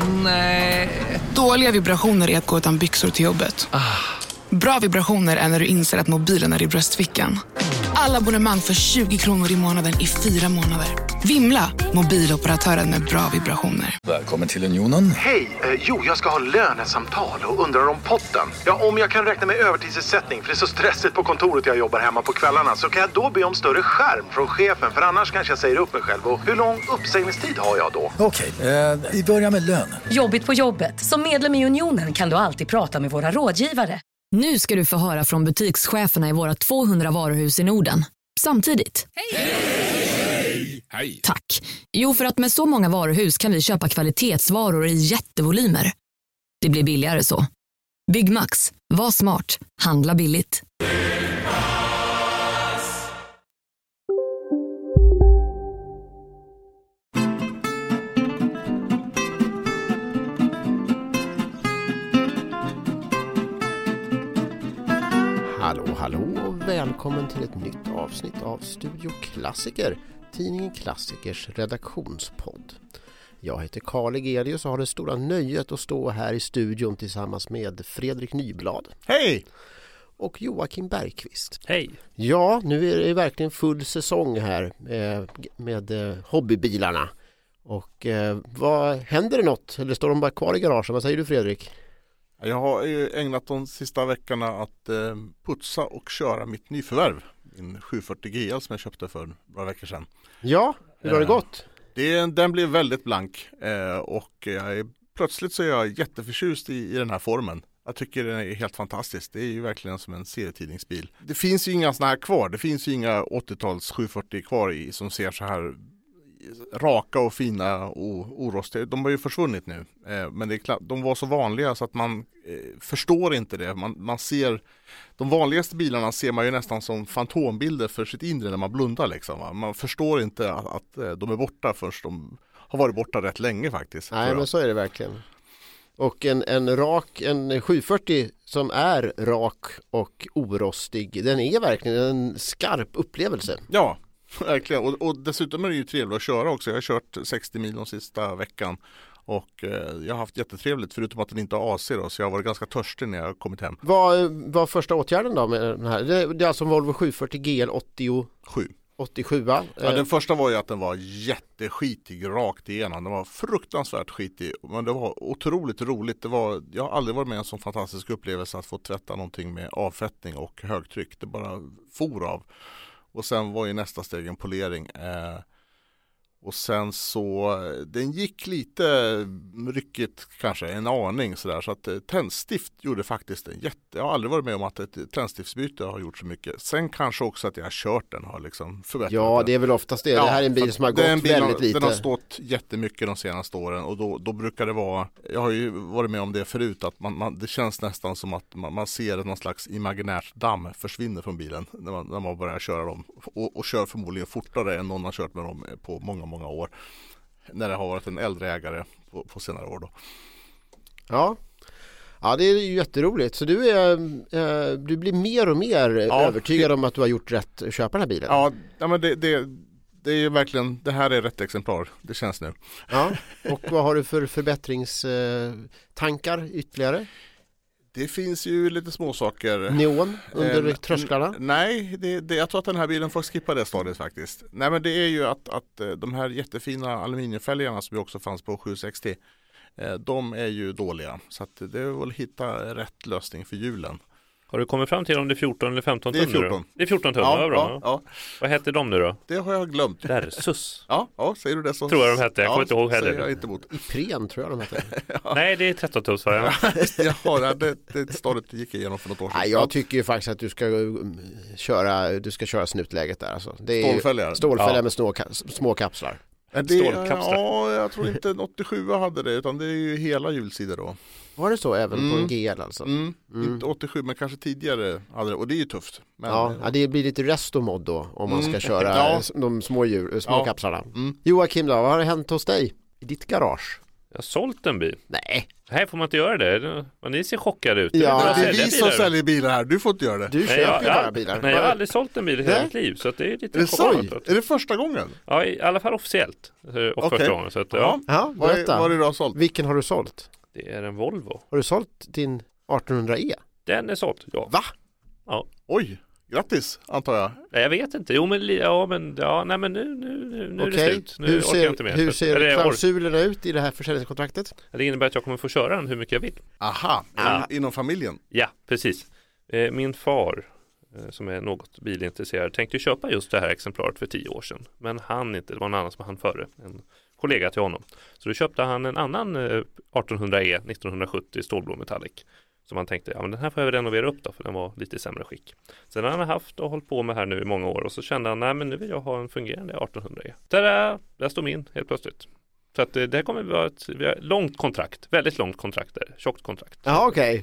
Nej. Dåliga vibrationer är att gå utan byxor till jobbet. Bra vibrationer är när du inser att mobilen är i bröstfickan. Alla abonnemang för 20 kronor i månaden i 4 månader. Vimla, mobiloperatören med bra vibrationer. Välkommen till Unionen. Hej, jag ska ha lönesamtal och undrar om potten. Ja, om jag kan räkna med övertidsersättning för det är så stressigt på kontoret jag jobbar hemma på kvällarna, så kan jag då be om större skärm från chefen, för annars kanske jag säger upp mig själv. Och hur lång uppsägningstid har jag då? Okej, vi börjar med lön. Jobbigt på jobbet. Som medlem i Unionen kan du alltid prata med våra rådgivare. Nu ska du få höra från butikscheferna i våra 200 varuhus i Norden. Samtidigt. Hej! Hej! Tack. Jo, för att med så många varuhus kan vi köpa kvalitetsvaror i jättevolymer. Det blir billigare så. Byggmax. Var smart. Handla billigt. Hallå och välkommen till ett nytt avsnitt av Studio Klassiker, tidningen Klassikers redaktionspodd. Jag heter Carl Egelius och har det stora nöjet att stå här i studion tillsammans med Fredrik Nyblad. Hej! Och Joakim Bergqvist. Hej! Ja, nu är det verkligen full säsong här med hobbybilarna. Och vad händer det något? Eller står de bara kvar i garagen? Vad säger du, Fredrik? Jag har ägnat de sista veckorna att putsa och köra mitt nyförvärv. Min 740 GL som jag köpte för några veckor sedan. Ja, hur har det gått? Den blev väldigt blank och plötsligt så är jag jätteförtjust i den här formen. Jag tycker den är helt fantastisk. Det är ju verkligen som en serietidningsbil. Det finns ju inga såna här kvar. Det finns ju inga 80-tals 740 kvar som ser så här raka och fina och orostiga. De har ju försvunnit nu. Men det är klart, de var så vanliga så att man förstår inte det. Man ser, de vanligaste bilarna ser man ju nästan som fantombilder för sitt inre när man blundar liksom. Man förstår inte att de är borta först de har varit borta rätt länge faktiskt. Nej, men så är det verkligen. Och en 740 som är rak och orostig, den är verkligen en skarp upplevelse. Ja, verkligen. Och dessutom är det ju trevligt att köra också. Jag har kört 60 mil de sista veckan och jag har haft jättetrevligt, förutom att den inte har AC då, så jag har varit ganska törstig när jag har kommit hem. Vad var första åtgärden då med den här? Det är alltså en Volvo 740 GL 87. Ja, den första var ju att den var jätteskitig rakt igenom. Den var fruktansvärt skitig, men det var otroligt roligt. Jag har aldrig varit med en sån fantastisk upplevelse att få tvätta någonting med avfettning och högtryck. Det bara for av. Och sen var ju nästa steg en polering. Och sen så, den gick lite ryckigt kanske, en aning sådär. Så att tändstift gjorde faktiskt jag har aldrig varit med om att ett tändstiftsbyte har gjort så mycket. Sen kanske också att jag har kört den har liksom förbättrat. Ja, det är väl oftast det. Ja, det här är en bil som har gått väldigt lite. Den har stått jättemycket de senaste åren och då brukar det vara, jag har ju varit med om det förut, att det känns nästan som att man ser någon slags imaginärt damm försvinner från bilen när man börjar köra dem och kör förmodligen fortare än någon har kört med dem på många år när det har varit en äldre ägare på senare år då. Ja, det är ju jätteroligt. Så du blir mer och mer övertygad om att du har gjort rätt att köpa den här bilen. Ja, men det är ju verkligen, det här är rätt exemplar. Det känns nu. Ja, och vad har du för förbättringstankar ytterligare? Det finns ju lite små saker. Neon under trösklarna? Nej, jag tror att den här bilen får skippa det stadiet faktiskt. Nej, men det är ju att de här jättefina aluminiumfälgarna som ju också fanns på 760, de är ju dåliga. Så att det är väl hitta rätt lösning för hjulen. Har du kommit fram till om det är 14 eller 15 tum? Det är 14. Det är 14 tum, ja. Vad hette de nu då? Det har jag glömt. Versus. Ja, säger du det så. Tror jag de hette, jag kommer inte ihåg heller. Jag inte Ipren tror jag de hette. Nej, det är 13 tums var jag. Ja, det stadiet gick igenom för något år sedan. Nej, jag tycker ju faktiskt att du ska köra snutläget där. Alltså. Stålfälgar med små kapslar. Ja, jag tror inte en 87 hade det, utan det är ju hela hjulsidor då. Var det så även på en GL alltså? Inte 87, men kanske tidigare hade det, och det är ju tufft. Men, ja, det blir lite restomod då om man ska köra de små kapslarna. Joakim då, vad har hänt hos dig i ditt garage? Jag har sålt en bil. Nej. Här får man inte göra det. Ni ser chockade ut. Ja, det är vi som säljer bilar här. Du får inte göra det. Du köper ju bara bilar. Nej, jag har aldrig sålt en bil i hela mitt liv. Så att det är lite chockat. Är det första gången? Ja, i alla fall officiellt. Och första gången. Så att, ja, vad är det du har sålt? Vilken har du sålt? Det är en Volvo. Har du sålt din 1800E? Den är sålt, ja. Va? Ja. Oj, grattis antar jag. Nej, jag vet inte. Jo, men nu är det slut. Nu hur orkar jag inte mer. Hur ser klausulerna ut i det här försäljningskontraktet? Det innebär att jag kommer få köra den hur mycket jag vill. Aha, inom familjen? Ja, precis. Min far, som är något bilintresserad, tänkte köpa just det här exemplaret för 10 år sedan. Men han inte, det var en annan som han före. En kollega till honom. Så då köpte han en annan 1800E 1970 stålblå metallic. Som han tänkte, ja men den här får jag renovera upp då, för den var lite i sämre skick. Sen har han haft och hållit på med här nu i många år och så kände han, nej men nu vill jag ha en fungerande 1800E. Tada! Där stod min helt plötsligt. Så att det här kommer att vara ett långt kontrakt, väldigt långt kontrakt där, tjockt kontrakt. Ja, okej.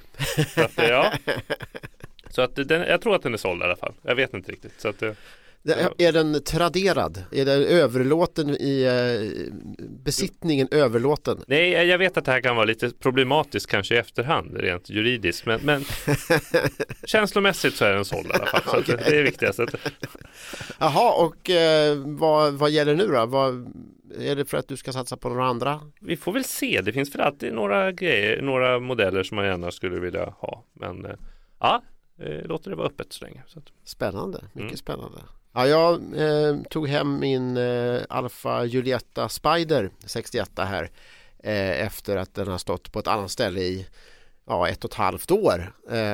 Så att jag tror att den är såld i alla fall. Jag vet inte riktigt. Så att, är den traderad? Är den överlåten i besittningen överlåten? Nej, jag vet att det här kan vara lite problematiskt kanske i efterhand, rent juridiskt. Men känslomässigt så är den såld i alla fall. Så okay. Det är viktigast. Jaha, och vad gäller nu då? Är det för att du ska satsa på några andra? Vi får väl se. Det finns för alltid några modeller som man gärna skulle vilja ha. Men låter det vara öppet så länge. Så att. Spännande, mycket spännande. Ja, jag tog hem min Alfa Giulietta Spider 61 här efter att den har stått på ett annat ställe i 1,5 år.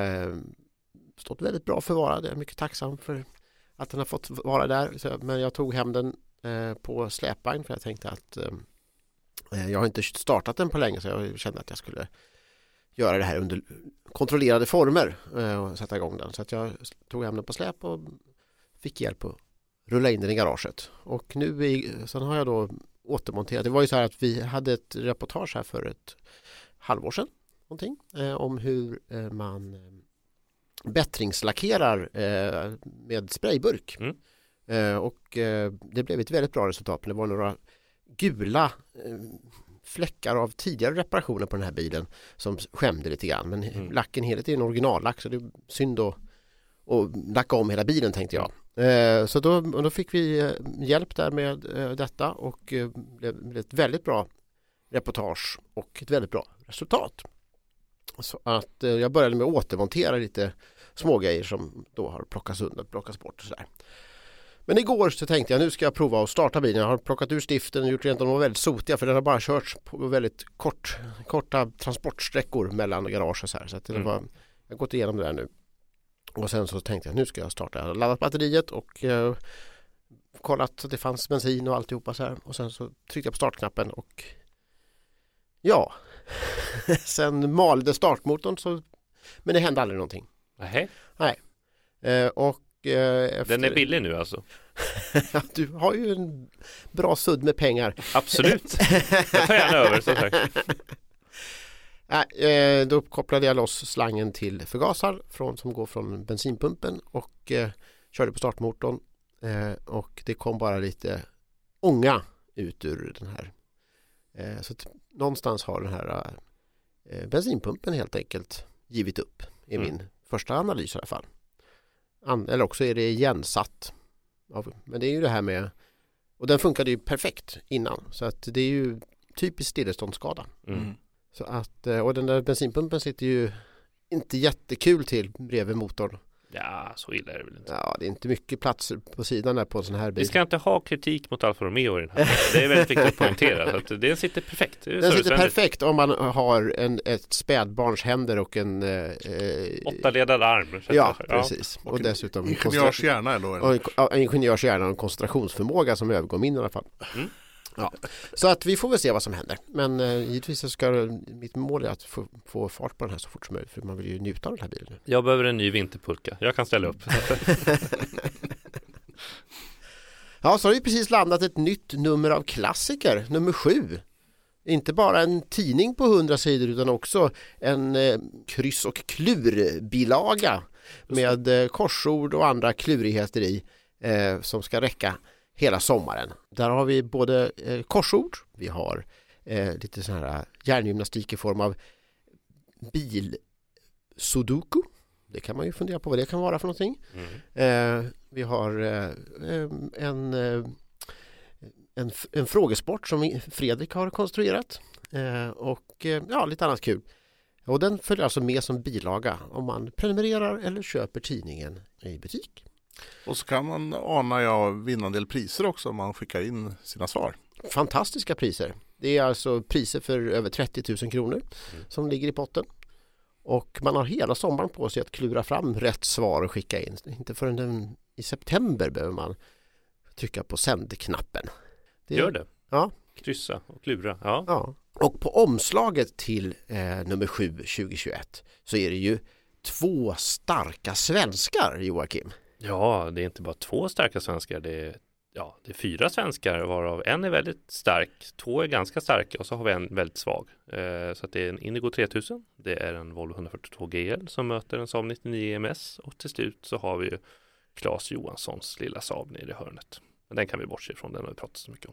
Stått väldigt bra förvarad. Jag är mycket tacksam för att den har fått vara där. Men jag tog hem den på släpvagn för jag tänkte att jag har inte startat den på länge så jag kände att jag skulle göra det här under kontrollerade former och sätta igång den. Så att jag tog hem den på släp och fick hjälp att rulla in den i garaget. Och sen har jag då återmonterat. Det var ju så här att vi hade ett reportage här för ett halvår sedan någonting, om hur man bättringslackerar med sprayburk. Och det blev ett väldigt bra resultat. Det var några gula fläckar av tidigare reparationer på den här bilen som skämde lite grann. Men lacken helt är en originallack så det är synd att lacka om hela bilen tänkte jag. Så då fick vi hjälp där med detta och blev ett väldigt bra reportage och ett väldigt bra resultat. Så att jag började med att återmontera lite smågrejer som då har plockats bort och sådär. Men igår så tänkte jag nu ska jag prova att starta bilen. Jag har plockat ur stiften och gjort rent. De var väldigt sotiga för den har bara körts på väldigt korta transportsträckor mellan garage och så här. Så att jag har gått igenom det där nu. Och sen så tänkte jag nu ska jag starta. Jag har laddat batteriet och kollat att det fanns bensin och alltihopa så här. Och sen så tryckte jag på startknappen och sen malde startmotorn men det hände aldrig någonting. Nej. Och den är billig nu alltså. Du har ju en bra sudd med pengar. Absolut. Jag tar gärna över så tack. Då kopplade jag loss slangen till förgasar som går från bensinpumpen och körde på startmotorn och det kom bara lite ånga ut ur den här. Så någonstans har den här bensinpumpen helt enkelt givit upp i min första analys i alla fall. Eller också är det igensatt. Men det är ju det här med och den funkade ju perfekt innan så att det är ju typiskt stilleståndsskada. Så att, och den där bensinpumpen sitter ju inte jättekul till bredvid motorn. Ja, så illa är det väl inte. Ja, det är inte mycket plats på sidan där på en sån här bil. Vi ska inte ha kritik mot Alfa Romeo i den här. Det är väldigt viktigt att poängtera. Så att den sitter perfekt. Den sitter perfekt om man har ett spädbarns händer och en 8-ledad arm. Ja, precis. Och dessutom ingenjörshjärna eller? Ingenjörshjärna och en koncentrationsförmåga som övergår min i alla fall. Ja. Så att vi får väl se vad som händer. Men givetvis ska mitt mål är att få fart på den här så fort som möjligt. För man vill ju njuta av den här bilen nu. Jag behöver en ny vinterpulka. Jag kan ställa upp. Ja, så har vi precis landat ett nytt nummer av Klassiker, nummer 7. Inte bara en tidning på 100 sidor utan också en kryss- och klurbilaga med korsord och andra klurigheter i som ska räcka hela sommaren. Där har vi både korsord, vi har lite sån här hjärngymnastik i form av bil-sudoku. Det kan man ju fundera på vad det kan vara för någonting. Vi har en frågesport som Fredrik har konstruerat och lite annat kul. Och den följer alltså med som bilaga om man prenumererar eller köper tidningen i butik. Och så kan man vinna en del priser också om man skickar in sina svar. Fantastiska priser. Det är alltså priser för över 30 000 kronor som ligger i potten. Och man har hela sommaren på sig att klura fram rätt svar och skicka in. Inte förrän i september behöver man trycka på sändknappen. Gör det. Ja. Kryssa och klura. Ja. Ja. Och på omslaget till nummer 7 2021 så är det ju 2 starka svenskar, Joakim. Ja, det är inte bara 2 starka svenskar. Det är 4 svenskar varav en är väldigt stark, 2 är ganska starka och så har vi en väldigt svag. Så att det är en Indigo 3000, det är en Volvo 142 GL som möter en Saab 99 EMS och till slut så har vi ju Claes Johanssons lilla Saab nere i hörnet. Men den kan vi bortse ifrån, den har vi pratat så mycket om.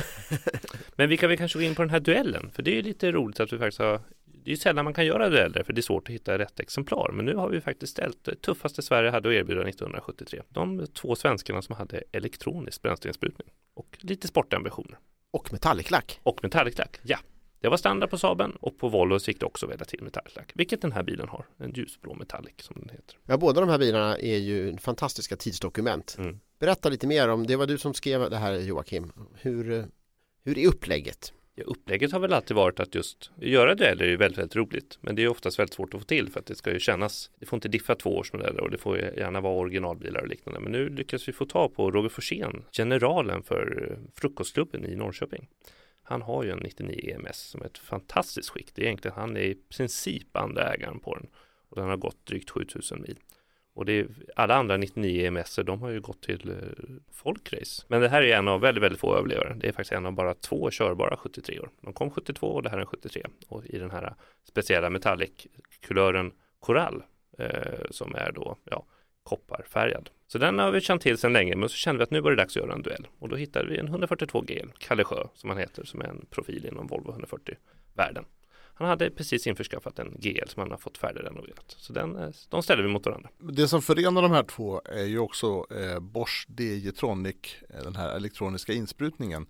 Men vi kan väl kanske gå in på den här duellen, för det är lite roligt att vi faktiskt har, det är ju sällan man kan göra dueller för det är svårt att hitta rätt exemplar. Men nu har vi faktiskt ställt det tuffaste Sverige hade att erbjuda 1973. De 2 svenskarna som hade elektronisk bränsleinsprutning och lite sportambitioner. Och metalliclack. Ja. Det var standard på Saaben och på Volvo gick det också välja till metalliclack. Vilket den här bilen har, en ljusblå metallic som den heter. Ja, båda de här bilarna är ju fantastiska tidsdokument. Berätta lite mer om, det var du som skrev det här, Joakim. Hur är upplägget? Ja, upplägget har väl alltid varit att just göra dueller är ju väldigt, väldigt roligt. Men det är oftast väldigt svårt att få till för att det ska ju kännas, det får inte diffa 2-årsmodeller och det får gärna vara originalbilar och liknande. Men nu lyckas vi få ta på Roger Forsén, generalen för frukostklubben i Norrköping. Han har ju en 99 EMS som är ett fantastiskt skick. Det är egentligen, han är i princip andra ägaren på den. Och den har gått drygt 7000 mil. Och det är, alla andra 99 EMS de har ju gått till folkrace. Men det här är en av väldigt, väldigt få överlevare. Det är faktiskt en av bara 2 körbara 73 år. De kom 72 och det här är en 73. Och i den här speciella metallic-kulören korall som är då kopparfärgad. Så den har vi känt till sedan länge, men så kände vi att nu var det dags att göra en duell. Och då hittade vi en 142 GL, Kalle Sjö som han heter, som är en profil inom Volvo 140-världen. Han hade precis införskaffat en GL som han har fått färdigrenoverat. Så de ställer vi mot varandra. Det som förenar de här 2 är ju också Bosch DJ-Tronic, den här elektroniska insprutningen.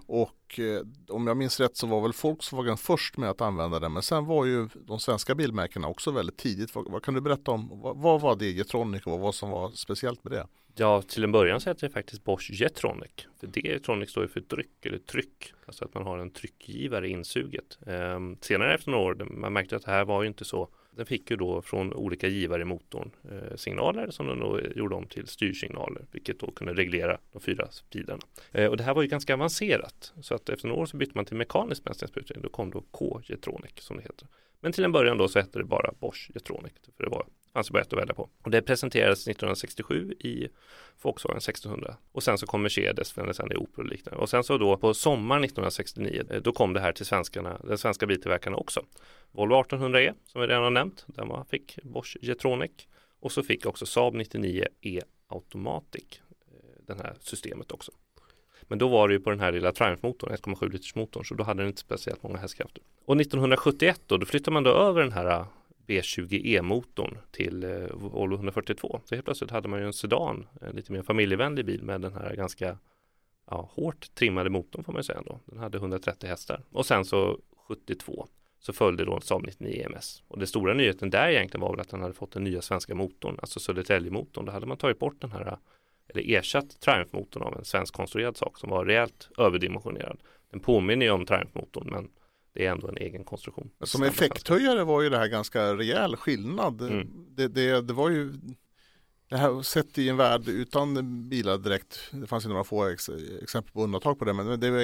Och om jag minns rätt så var väl Volkswagen först med att använda den. Men sen var ju de svenska bilmärkena också väldigt tidigt. Vad kan du berätta om? Vad var DJ-Tronic och vad som var speciellt med det? Ja, till en början så heter det faktiskt Bosch Jetronic. För DJ-Tronic står ju för dryck eller tryck. Alltså att man har en tryckgivare i insuget. Senare efter några år, man märkte att det här var ju inte så. Den fick ju då från olika givare i motorn signaler som den då gjorde om till styrsignaler. Vilket då kunde reglera de 4 speederna. Och det här var ju ganska avancerat. Så att efter några år så bytte man till mekanisk bränsleinsprutning. Då kom då K-Jetronic som det heter. Men till en början då så hette det bara Bosch Jetronic. För det fanns bara ett att välja på. Och det presenterades 1967 i Volkswagen 1600. Och sen så kom Mercedes, för sen i Opel och liknande. Och sen så då på sommaren 1969 då kom det här till den svenska biltillverkarna också. Volvo 1800E som vi redan har nämnt. Där fick Bosch Jetronic. Och så fick också Saab 99E Automatic det här systemet också. Men då var det ju på den här lilla Triumph-motorn, 1,7 liters motorn, så då hade den inte speciellt många hästkrafter. Och 1971 då flyttade man då över den här B20E-motorn till Volvo 142. Så helt plötsligt hade man ju en sedan, en lite mer familjevänlig bil med den här ganska hårt trimmade motorn får man ju säga ändå. Den hade 130 hästar. Och sen så 72 så följde då Saab 99 EMS. Och det stora nyheten där egentligen var väl att den hade fått den nya svenska motorn, alltså Södertälje-motorn. Då hade man tagit bort den här eller ersatt Triumph-motorn av en svensk konstruerad sak som var rejält överdimensionerad. Den påminner ju om Triumph-motorn men det är ändå en egen konstruktion. Som effekthöjare var ju det här ganska rejäl skillnad. Det var ju det här sett i en värld utan bilar direkt. Det fanns ju några få exempel på undantag på det, men det var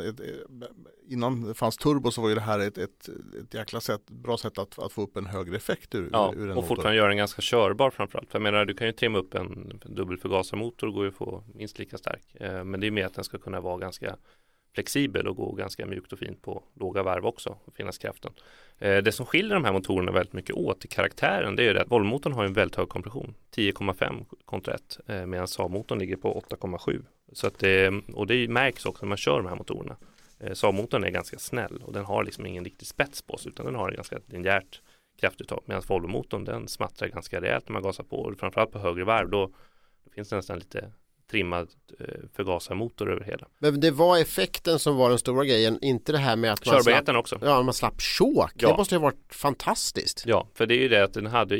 innan det fanns turbo så var ju det här ett jäkla bra sätt att få upp en högre effekt ur en motor. Och fortfarande göra den ganska körbar framförallt. För jag menar, du kan ju trimma upp en dubbelförgasarmotor och går ju att få minst lika stark. Men det är mer att den ska kunna vara ganska flexibel och gå ganska mjukt och fint på låga varv också och finnas kraften. Det som skiljer de här motorerna väldigt mycket åt i karaktären, det är ju att Volvo-motorn har en väldigt hög kompression, 10,5 kontra 1, medan Saab-motorn ligger på 8,7. Så att och det märks också när man kör de här motorerna. Saab-motorn är ganska snäll och den har liksom ingen riktig spets på sig utan den har ett ganska linjärt kraftuttag. Medan Volvo-motorn den smattrar ganska rejält när man gasar på och framförallt på högre varv då finns det nästan lite trimmad förgasarmotor över hela. Men det var effekten som var den stora grejen, inte det här med att körbarheten också. Ja, man slapp chock. Ja. Det måste ju ha varit fantastiskt. Ja, för det är ju det att den hade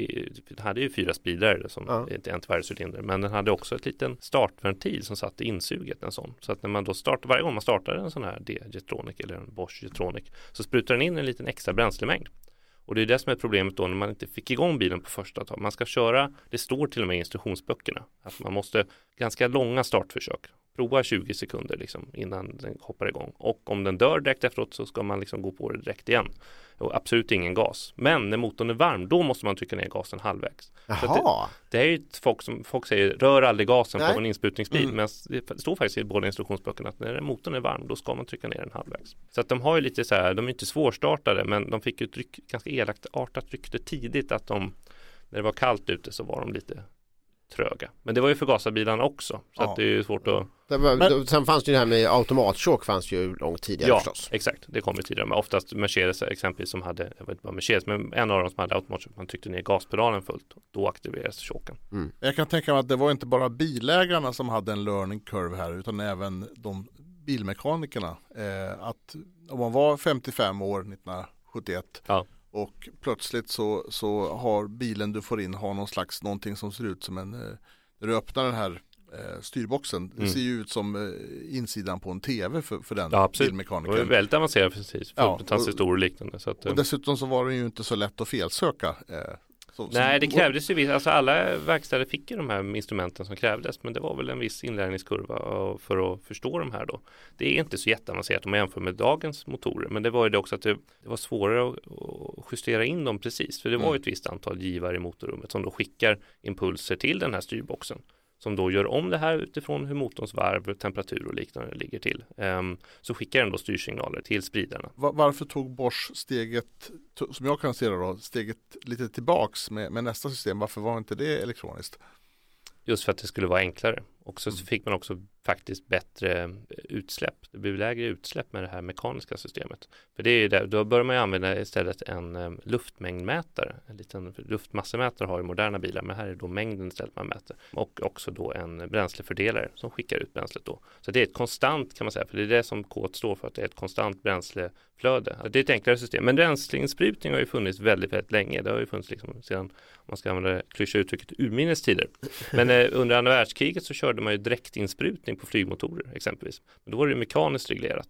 ju 4 speedare som inte en tvärcylinder, men den hade också ett liten startventil som satt i insuget en sån. Så att när man då varje gång man startar en sån här D-Jetronic eller en Bosch Jetronic så sprutar den in en liten extra bränslemängd. Och det är det som är problemet då när man inte fick igång bilen på första tag. Man ska köra, det står till och med i instruktionsböckerna, att man måste ganska långa startförsök. Prova 20 sekunder liksom, innan den hoppar igång. Och om den dör direkt efteråt så ska man liksom gå på det direkt igen. Och absolut ingen gas. Men när motorn är varm, då måste man trycka ner gasen halvvägs. Det är ju folk säger, rör aldrig gasen på en insprutningsbil. Men det står faktiskt i båda instruktionsböckerna att när motorn är varm, då ska man trycka ner den halvvägs. Så att de har ju lite så här, de är inte svårstartade, men de fick ju ett ganska elartat rykte tidigt att när det var kallt ute så var de lite tröga. Men det var ju förgasarbilarna också. Så att det är ju svårt att... Sen fanns det ju det här med automatschock fanns ju långt tidigare förstås. Ja, exakt. Det kom ju tidigare. Men oftast Mercedes exempelvis som hade, jag vet inte bara Mercedes, men en av dem som hade automatschock, man tryckte ner gaspedalen fullt. Då aktiverades chocken. Jag kan tänka mig att det var inte bara bilägarna som hade en learning curve här utan även de bilmekanikerna. Att om man var 55 år 1971 och plötsligt så har bilen du får in har någonting som ser ut som när du öppnar den här styrboxen. Det ser ju ut som insidan på en tv för den bilmekanikern. Det var väldigt avancerat precis. För transistorer och liknande. Så att, och dessutom så var det ju inte så lätt att felsöka. Nej, det krävdes ju alltså alla verkstäder fick ju de här instrumenten som krävdes, men det var väl en viss inlärningskurva för att förstå de här då. Det är inte så jätteavancerat om man jämför med dagens motorer, men det var ju det också att det var svårare att justera in dem precis, för det var ju ett visst antal givare i motorrummet som då skickar impulser till den här styrboxen. Som då gör om det här utifrån hur motorns varv, temperatur och liknande ligger till. Så skickar den då styrsignaler till spridarna. Varför tog Bosch steget, som jag kan se det då, steget lite tillbaks med nästa system? Varför var inte det elektroniskt? Just för att det skulle vara enklare. Och så fick man också faktiskt bättre utsläpp. Det blev lägre utsläpp med det här mekaniska systemet. För det är där, då bör man ju använda istället en luftmängdmätare. En liten luftmassemätare har ju moderna bilar, men här är då mängden istället man mäter. Och också då en bränslefördelare som skickar ut bränslet då. Så det är ett konstant kan man säga, för det är det som kod står för, att det är ett konstant bränsleflöde. Det är ett enklare system. Men bränsleinsprutning har ju funnits väldigt, väldigt länge. Det har ju funnits liksom sedan, om man ska använda klyscha uttrycket, urminnes tider. Men under andra världskriget så körde man ju direktinsprutning på flygmotorer exempelvis. Men då var det ju mekaniskt reglerat.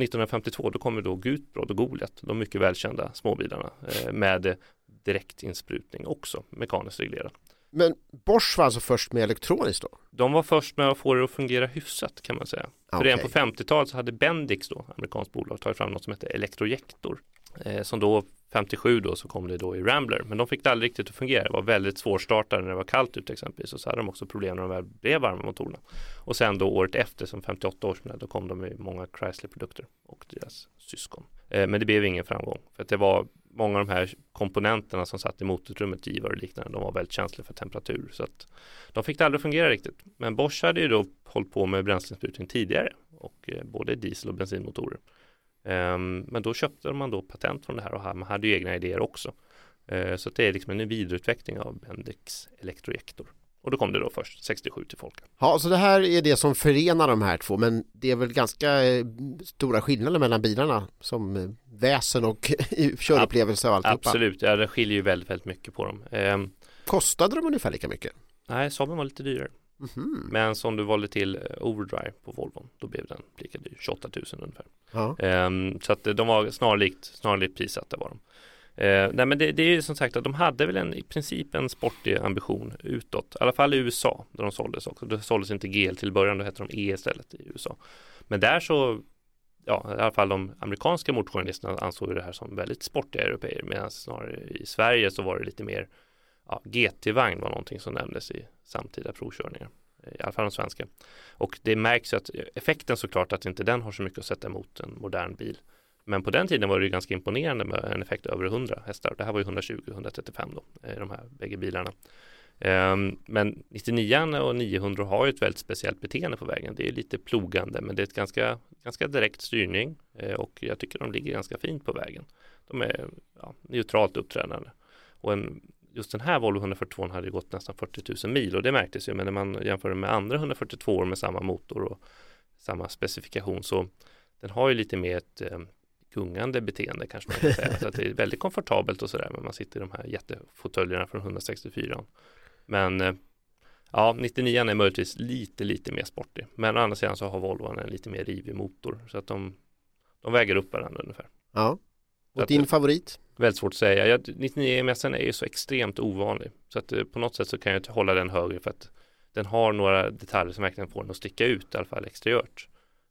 1952 då kommer då Gutbrod och Goliat, de mycket välkända småbilarna med direktinsprutning också, mekaniskt reglerat. Men Bosch var alltså först med elektroniskt då? De var först med att få det att fungera hyfsat kan man säga. För redan på 50-talet så hade Bendix då, amerikanskt bolag, tagit fram något som heter elektrojektor. Som då 57 då så kom det då i Rambler. Men de fick det aldrig riktigt att fungera. Det var väldigt svårstartade när det var kallt ut exempelvis. Och så hade de också problem när de väl blev varma motorerna. Och sen då året efter som 58 års då kom de med många Chrysler-produkter och deras syskon. Men det blev ingen framgång. För att det var många av de här komponenterna som satt i motorrummet, givare och liknande, de var väldigt känsliga för temperatur. Så att de fick det aldrig fungera riktigt. Men Bosch hade ju då hållit på med bränsleinsprutning tidigare. Och både diesel- och bensinmotorer. Men då köpte man då patent från det här och man hade ju egna idéer också. Så det är liksom en vidareutveckling av Bendix elektrojektor. Och då kom det då först 67 till folket. Ja, så det här är det som förenar de här två, men det är väl ganska stora skillnader mellan bilarna som väsen och körupplevelse och alltihopa. Absolut, ja, det skiljer ju väldigt, väldigt mycket på dem. Kostade de ungefär lika mycket? Nej, Saaben var lite dyrare. Men som du valde till overdrive på Volvo, då blev den lika dyr, 28 000 ungefär. Så att de var snarlikt prissatta var de. Nej, men det är ju som sagt att de hade väl i princip en sportig ambition utåt. I alla fall i USA där de såldes också. Det såldes inte GL till början, då hette de E istället i USA. Men där så, ja, i alla fall de amerikanska motorjournalisterna ansåg det här som väldigt sportiga europeer. Medan snarare i Sverige så var det lite mer, ja, GT-vagn var någonting som nämndes i samtida provkörningar. I alla fall de svenska. Och det märks ju att effekten såklart att inte den har så mycket att sätta emot en modern bil. Men på den tiden var det ju ganska imponerande med en effekt över 100 hästar. Det här var ju 120-135 då, i de här bägge bilarna. Men 99 och 900 har ju ett väldigt speciellt beteende på vägen. Det är lite plogande, men det är ett ganska direkt styrning och jag tycker de ligger ganska fint på vägen. De är neutralt uppträdande. Och just den här Volvo 142 hade gått nästan 40 000 mil och det märktes ju, men när man jämför med andra 142 med samma motor och samma specifikation så den har ju lite mer ett gungande beteende kanske man kan säga. Så att det är väldigt komfortabelt och sådär, men man sitter i de här jättefåtöljerna från 164. Men 99 är möjligtvis lite mer sportig. Men å andra sidan så har Volvo en lite mer rivig motor så att de väger upp varandra ungefär. Ja. Och din favorit? Väldigt svårt att säga. 99 EMSen är ju så extremt ovanlig. Så att på något sätt så kan jag inte hålla den högre för att den har några detaljer som verkligen får den att sticka ut i alla fall exteriört.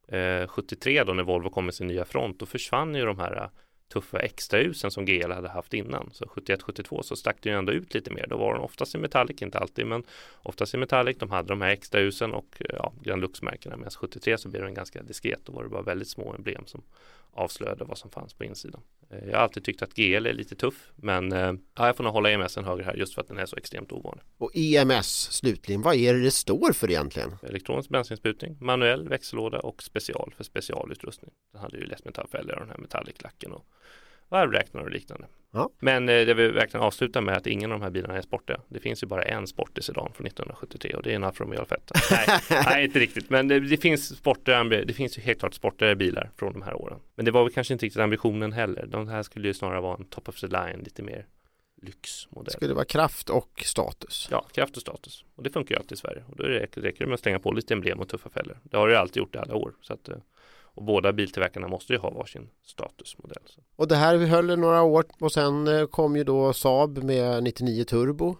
73 då när Volvo kom med sin nya front, då försvann ju de här tuffa extrahusen som GL hade haft innan. Så 71-72 så stack det ju ändå ut lite mer. Då var de oftast i metallic, inte alltid, men oftast i metallic. De hade de här extrahusen och Grand Lux-märkena. Medan 73 så blev den ganska diskret. Då var det bara väldigt små emblem som avslöjade vad som fanns på insidan. Jag har alltid tyckt att GL är lite tuff, men jag får nog hålla EMSen högre här just för att den är så extremt ovanlig. Och EMS slutligen, vad är det står för egentligen? Elektronisk bensinsprutning, manuell växellåda och special för specialutrustning. Den hade ju lättmetallfälgar och den här metallic-lacken och varvräknare och liknande. Ja. Men det vill verkligen avsluta med att ingen av de här bilarna är sportiga. Det finns ju bara en sportig sedan från 1973 och det är en Alfa Romeo Alfetta. Nej, inte riktigt. Men det finns det finns ju helt klart sportigare bilar från de här åren. Men det var väl kanske inte riktigt ambitionen heller. De här skulle ju snarare vara en top of the line, lite mer lyxmodell. Det skulle vara kraft och status. Ja, kraft och status. Och det funkar ju alltid i Sverige. Och då räcker det med att slänga på lite emblem och tuffa fällor. Det har det ju alltid gjort i alla år. Så att och båda biltillverkarna måste ju ha varsin statusmodell. Så. Och det här vi höll några år och sen kom ju då Saab med 99 turbo.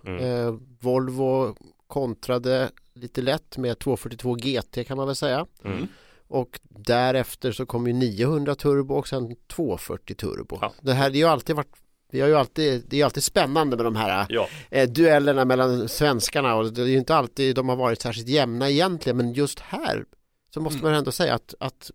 Volvo kontrade lite lätt med 242 GT kan man väl säga. Och därefter så kom ju 900 turbo och sen 240 turbo. Ja. Det här det är ju alltid varit det är ju alltid spännande med de här duellerna mellan svenskarna och det är ju inte alltid de har varit särskilt jämna egentligen, men just här så måste man ändå säga att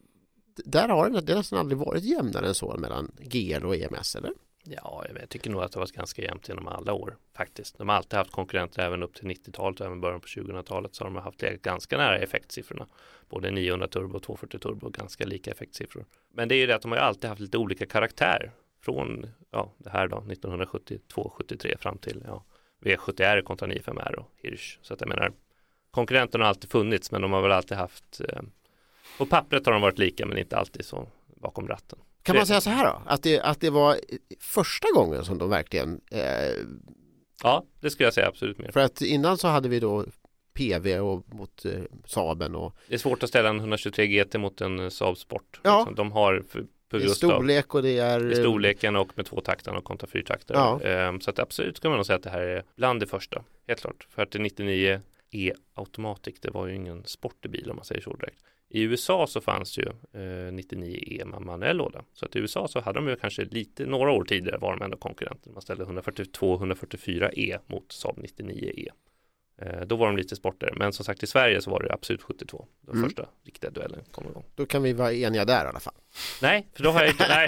där har det nästan aldrig varit jämnare än så mellan GL och EMS, eller? Ja, jag tycker nog att det var ganska jämnt genom alla år faktiskt. De har alltid haft konkurrenter även upp till 90-talet och även början på 2000-talet så har de haft ganska nära effektsiffrorna. Både 900 turbo och 240 turbo, ganska lika effektsiffror. Men det är ju det att de har alltid haft lite olika karaktär från det här då 1972-73 fram till V70R kontra 95R och Hirsch. Så att jag menar, konkurrenterna har alltid funnits men de har väl alltid haft på pappret har de varit lika men inte alltid så bakom ratten. Kan man säga så här då? Att det var första gången som de verkligen ja, det skulle jag säga absolut mer. För att innan så hade vi då PV och mot Saaben och det är svårt att ställa en 123 GT mot en Saab Sport. Ja. Liksom, de har det är storlek och det är i storleken och med 2-taktarna och kontra 4-taktare. Ja. Så att absolut ska man nog säga att det här är bland det första. Helt klart. För att 99 Automatic, det var ju ingen sportig bil om man säger så direkt. I USA så fanns ju 99E med manuell låda. Så att i USA så hade de ju kanske några år tidigare var de ändå konkurrenter. Man ställde 142-144E mot Saab 99E. Då var de lite sportare. Men som sagt i Sverige så var det absolut 72. Den första riktiga duellen kom igång. Då kan vi vara eniga där i alla fall. Nej, för då har jag inte... Nej.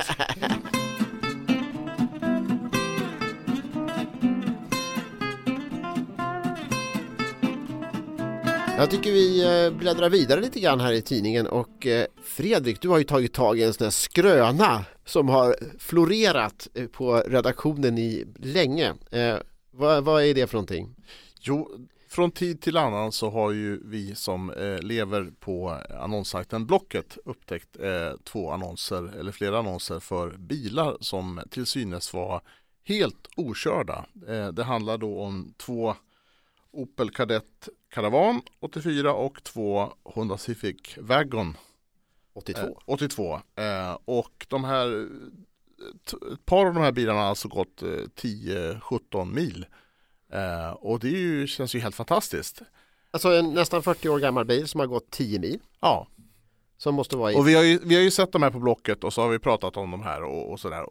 Jag tycker vi bläddrar vidare lite grann här i tidningen och Fredrik, du har ju tagit tag i en sån här skröna som har florerat på redaktionen i länge. Vad är det för någonting? Jo, från tid till annan så har ju vi som lever på annonssajten Blocket upptäckt två annonser eller flera annonser för bilar som till synes var helt okörda. Det handlar då om två Opel Kadett Caravan 84 och två Honda Civic Wagon 82. Och de här ett par av de här bilarna har alltså gått 10-17 mil. Och det känns ju helt fantastiskt. Alltså en nästan 40 år gammal bil som har gått 10 mil. Ja. Som måste vara och vi har ju sett de här på Blocket och så har vi pratat om de här och sådär.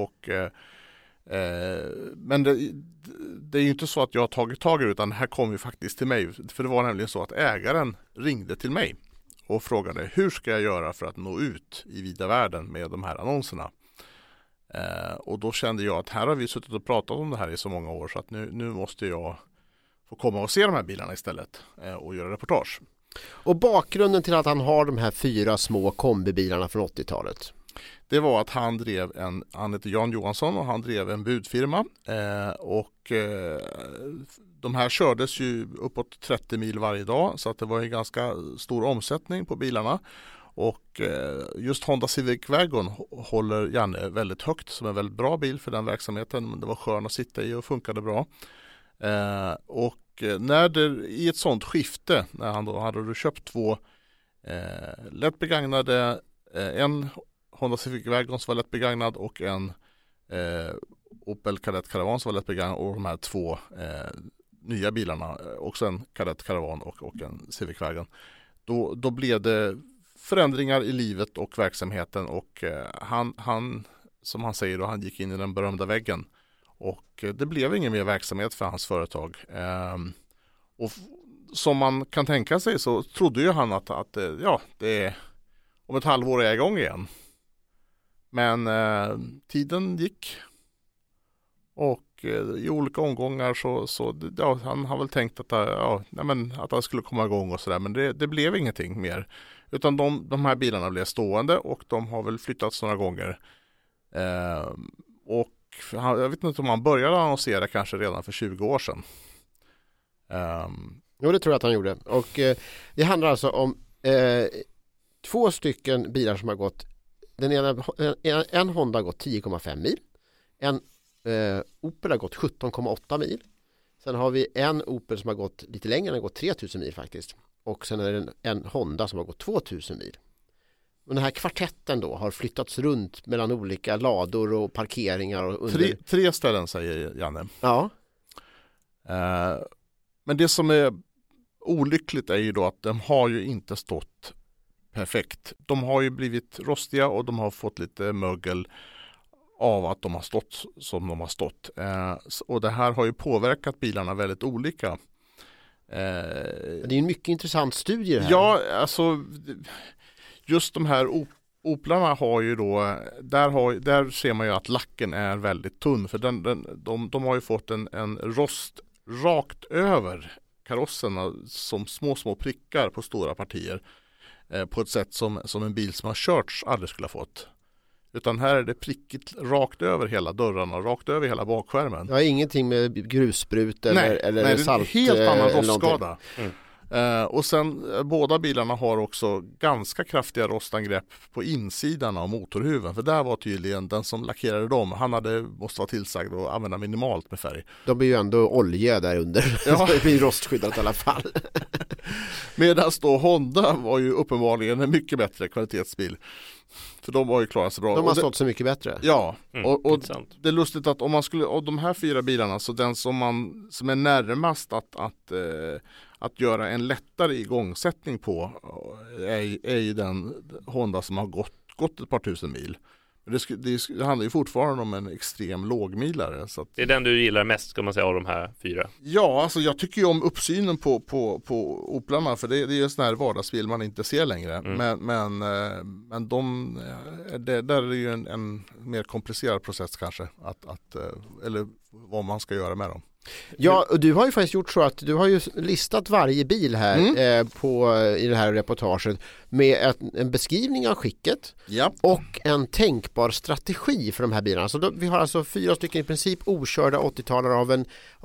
Men det är ju inte så att jag har tagit tag i det, utan det här kom ju faktiskt till mig. För det var nämligen så att ägaren ringde till mig och frågade hur ska jag göra för att nå ut i vida världen med de här annonserna. Och då kände jag att här har vi suttit och pratat om det här i så många år så att nu måste jag få komma och se de här bilarna istället och göra reportage. Och bakgrunden till att han har de här 4 små kombibilarna från 80-talet? Det var att han heter Jan Johansson och han drev en budfirma de här kördes ju uppåt 30 mil varje dag, så att det var en ganska stor omsättning på bilarna. Och just Honda Civic Wagon håller Janne väldigt högt som en väldigt bra bil för den verksamheten. Men det var skön att sitta i och funkade bra. Och när det i ett sånt skifte, när han då hade köpt 2 lätt begagnade, en Honda Civic Wagon som var lätt begagnad och en Opel Kadett Caravan som var lätt begagnad, och de här 2 nya bilarna, också en Kadett Caravan och en Civic Wagon. Då blev det förändringar i livet och verksamheten, och han som han säger då, han gick in i den berömda väggen, och det blev ingen mer verksamhet för hans företag. Och som man kan tänka sig så trodde ju han att det är om ett halvår är jag igång igen. Men tiden gick, och i olika omgångar så han har väl tänkt att han skulle komma igång och sådär, men det blev ingenting mer. Utan de här bilarna blev stående, och de har väl flyttats några gånger. Och jag vet inte om han började annonsera kanske redan för 20 år sedan. Jo, det tror jag att han gjorde. Och det handlar alltså om 2 stycken bilar som har gått. En Honda har gått 10,5 mil. En Opel har gått 17,8 mil. Sen har vi en Opel som har gått lite längre, den har gått 3000 mil faktiskt. Och sen är det en Honda som har gått 2000 mil. Och den här kvartetten då har flyttats runt mellan olika lador och parkeringar. Och 3 ställen, säger Janne. Ja. Men det som är olyckligt är ju då att de har ju inte stått perfekt. De har ju blivit rostiga och de har fått lite mögel av att de har stått som de har stått. Och det här har ju påverkat bilarna väldigt olika. Det är en mycket intressant studie här. Ja, alltså just de här Oplarna har ju då, där ser man ju att lacken är väldigt tunn, för de har ju fått en rost rakt över karosserna som små prickar på stora partier, på ett sätt som en bil som har körts aldrig skulle ha fått. Utan här är det prickigt rakt över hela dörrarna, rakt över hela bakskärmen. Ja, ingenting med grusprut eller salt. Nej, helt annan rostskada. Och sen båda bilarna har också ganska kraftiga rostangrepp på insidan av motorhuven. För där var tydligen den som lackerade dem, han måste vara tillsagd att använda minimalt med färg. De blir ju ändå olja där under. Ja. Det blir rostskyddat i alla fall. Medan då Honda var ju uppenbarligen en mycket bättre kvalitetsbil. För de har ju klarat sig bra. De har stått så mycket bättre. Ja, och det är lustigt att om man skulle, av de här 4 bilarna, så den som är närmast att göra en lättare igångsättning på är ju den Honda som har gått ett par tusen mil. Men det handlar ju fortfarande om en extrem lågmilare. Så att, det är den du gillar mest, ska man säga, av de här 4? Ja, alltså jag tycker ju om uppsynen på Oplarna, för det är ju en sån här vardagsbil man inte ser längre. Men där är det ju en mer komplicerad process kanske, eller vad man ska göra med dem. Ja, och du har ju faktiskt gjort så att du har ju listat varje bil här i det här reportaget med en beskrivning av skicket och en tänkbar strategi för de här bilarna. Så vi har alltså 4 stycken i princip okörda 80-talare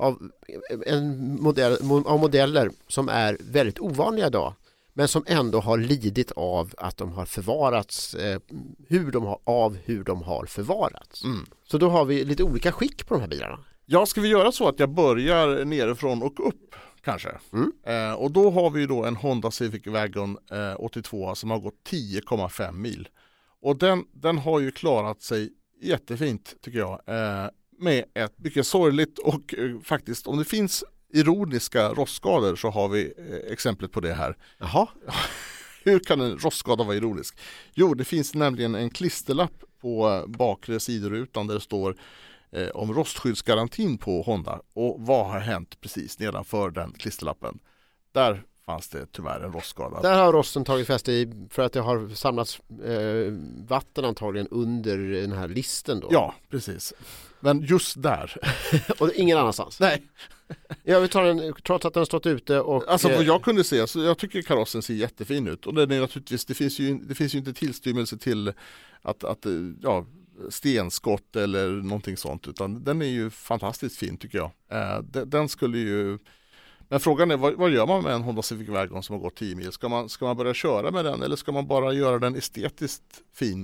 av modeller som är väldigt ovanliga idag, men som ändå har lidit av att de har förvarats, hur de har förvarats. Så då har vi lite olika skick på de här bilarna. Ja, ska vi göra så att jag börjar nerifrån och upp kanske? Och då har vi då en Honda Civic Wagon 82 som har gått 10,5 mil. Och den har ju klarat sig jättefint, tycker jag, med ett mycket sorgligt och faktiskt, om det finns ironiska rostskador, så har vi exemplet på det här. Jaha. Hur kan en rostskada vara ironisk? Jo, det finns nämligen en klisterlapp på bakre sidorutan där det står om rostskyddsgarantin på Honda, och vad har hänt precis nedanför den klisterlappen? Där fanns det tyvärr en rostskada. Där har rosten tagit fäste i, för att det har samlats vatten antagligen under den här listen då. Ja, precis. Men just där. Och ingen annanstans? Nej. Vi tar den, trots att den har stått ute och... Alltså vad jag kunde se, så jag tycker karossen ser jättefin ut. Och den är naturligtvis, det finns ju inte tillstymmelse till att stenskott eller någonting sånt. Utan den är ju fantastiskt fin tycker jag. Den skulle ju... Men frågan är, vad gör man med en Honda Civic Wagon som har gått 10 mil? Ska man börja köra med den eller ska man bara göra den estetiskt fin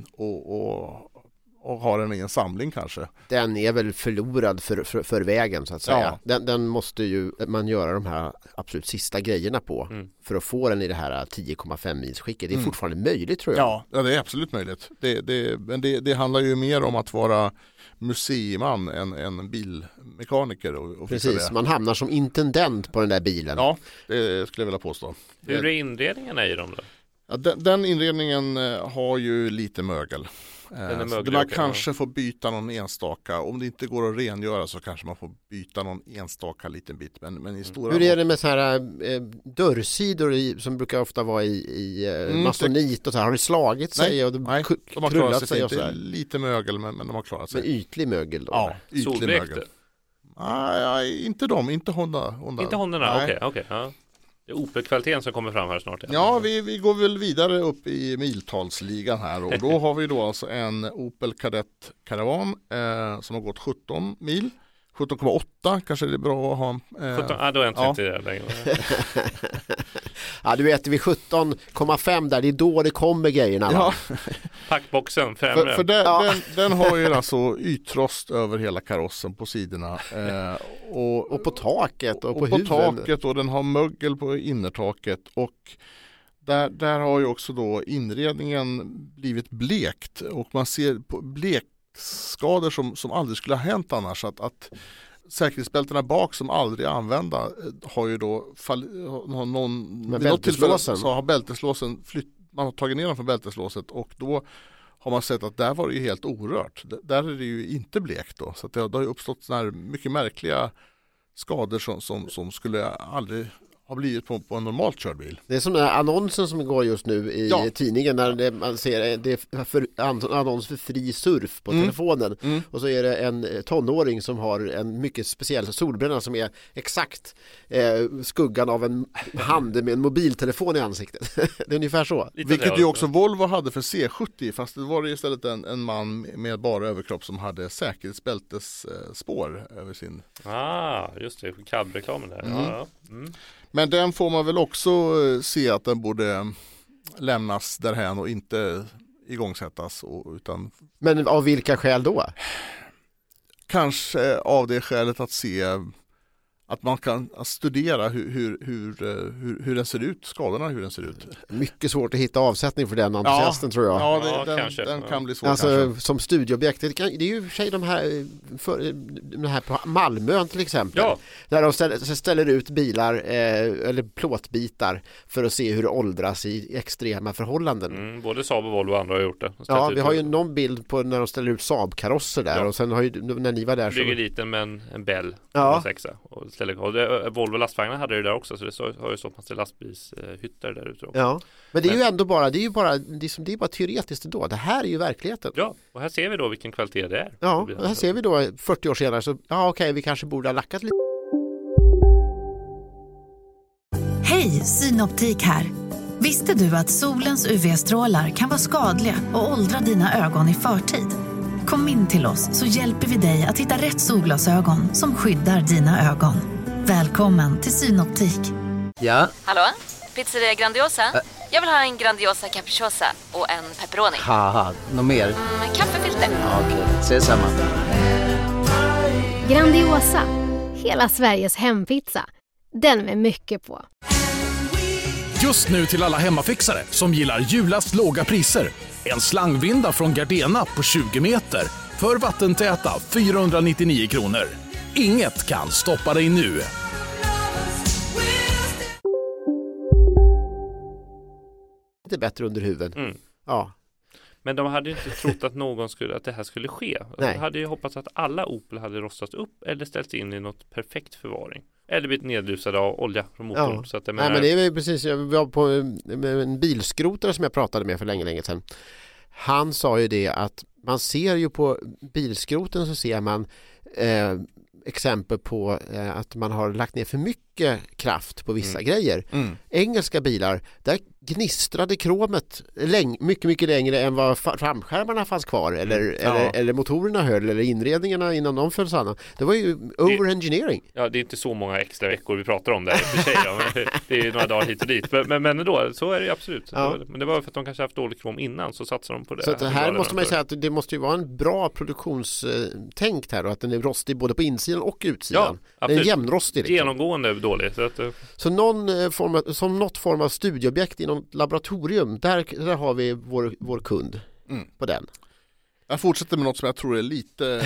och ha den i en samling kanske? Den är väl förlorad för vägen så att säga. Ja. Den måste ju man göra de här absolut sista grejerna på för att få den i det här 10,5 mils skicket. Det är fortfarande möjligt tror jag. Ja, det är absolut möjligt. Men det handlar ju mer om att vara museiman än bilmekaniker. Och precis, man hamnar som intendent på den där bilen. Ja, det skulle jag vilja påstå. Hur är inredningen i dem då? Ja, den inredningen har ju lite mögel. Man kanske får byta någon enstaka. Om det inte går att rengöra så kanske man får byta någon enstaka liten bit. Men i stora hur är det med så här dörrsidor som brukar ofta vara i masonit och så här? Har det slagit sig? Nej, de har klarat sig. Inte lite mögel men de har klarat sig. Men ytlig mögel då? Ja, ytlig mögel. Nej, inte de. Inte Honda. Inte Honda, okej. Ja. Det är Opel-kvaliteten som kommer fram här snart. Ja, vi går väl vidare upp i miltalsligan här och då har vi då alltså en Opel Kadett Caravan som har gått 17 mil. 17,8 kanske det är bra att ha. 17, då är jag inte det längre. Ja, du vet vid 17,5 där, det är då det kommer grejerna. Ja. Packboxen främre. För den har ju alltså ytrost över hela karossen på sidorna. Och på taket och på huven. Taket och den har mögel på innertaket och där har ju också då inredningen blivit blekt och man ser på blekskador som aldrig skulle ha hänt annars att säkerhetsbältena bak som aldrig är använda har ju då så har bälteslåsen man har tagit ner den från bälteslåset och då har man sett att där var det ju helt orört. Där är det ju inte blekt då. Så att det har ju uppstått såna här mycket märkliga skador som skulle aldrig ha blivit på en normalt körd bil. Det är som den här annonsen som går just nu i tidningen när man ser det är annons för fri surf på telefonen och så är det en tonåring som har en mycket speciell solbränna som är exakt skuggan av en hand med en mobiltelefon i ansiktet. Det är ungefär så. Vilket ju också Volvo hade för C70 fast det var istället en man med bara överkropp som hade säkerhetsbältesspår över sin... just det, CAB-reklamen där. Men den får man väl också se att den borde lämnas därhän och inte igångsättas. Utan... Men av vilka skäl då? Kanske av det skälet att se att man kan studera hur den ser ut, skadorna hur den ser ut. Mycket svårt att hitta avsättning för den entusiasten tror jag. Ja, den kan bli svår kanske. Som studieobjekt. Det är ju för sig de här på Malmö till exempel. Ja. Där de ställer ut bilar eller plåtbitar för att se hur det åldras i extrema förhållanden. Både Saab och Volvo och andra har gjort det. Ja, vi har ju någon bild på när de ställer ut Saab-karosser där och sen har ju när ni var där bygger liten med en Bell och Volvo lastvagnar hade det där också så det har ju så pass lastbilshytter där ute också. Ja, men det är ju ändå bara det är bara teoretiskt då. Det här är ju verkligheten. Ja, och här ser vi då vilken kvalitet det är. Ja, och här ser vi då 40 år senare så vi kanske borde ha lackat lite. Hej, Synoptik här. Visste du att solens UV-strålar kan vara skadliga och åldra dina ögon i förtid? Kom in till oss så hjälper vi dig att hitta rätt solglasögon som skyddar dina ögon. Välkommen till Synoptik. Ja? Hallå? Pizzeria Grandiosa? Jag vill ha en Grandiosa capriciosa och en pepperoni. Haha, något mer? Kaffefilter. Ja, okej, ses samma. Grandiosa, hela Sveriges hempizza. Den med mycket på. Just nu till alla hemmafixare som gillar julast låga priser. En slangvinda från Gardena på 20 meter för vattentäta 499 kronor. Inget kan stoppa dig nu. Lite bättre under huven. Ja. Men de hade ju inte trott att det här skulle ske. De hade ju hoppats att alla Opel hade rostats upp eller ställts in i något perfekt förvaring. Eller blivit nedlusade av olja från motorn. Ja. Så att men det är precis, jag var på en bilskrotare som jag pratade med för länge sedan. Han sa ju det att man ser ju på bilskroten så ser man exempel på att man har lagt ner för mycket kraft på vissa grejer. Engelska bilar, där gnistrade kromet mycket längre än vad framskärmarna fanns kvar eller motorerna höll eller inredningarna innan de föll samman. Det var ju over-engineering. Ja, det är inte så många extra veckor vi pratar om där i och för sig. Det är några dagar hit och dit. Men ändå, så är det absolut. Ja. Men det var för att de kanske haft dålig krom innan, så satsade de på det. Så det här måste man ju säga att det måste ju vara en bra produktionstänk här, och att den är rostig både på insidan och utsidan. Ja, den är jämnrostig. Liksom. Genomgående dålig. Så något form av studieobjekt i något laboratorium, där har vi vår kund på den. Jag fortsätter med något som jag tror är lite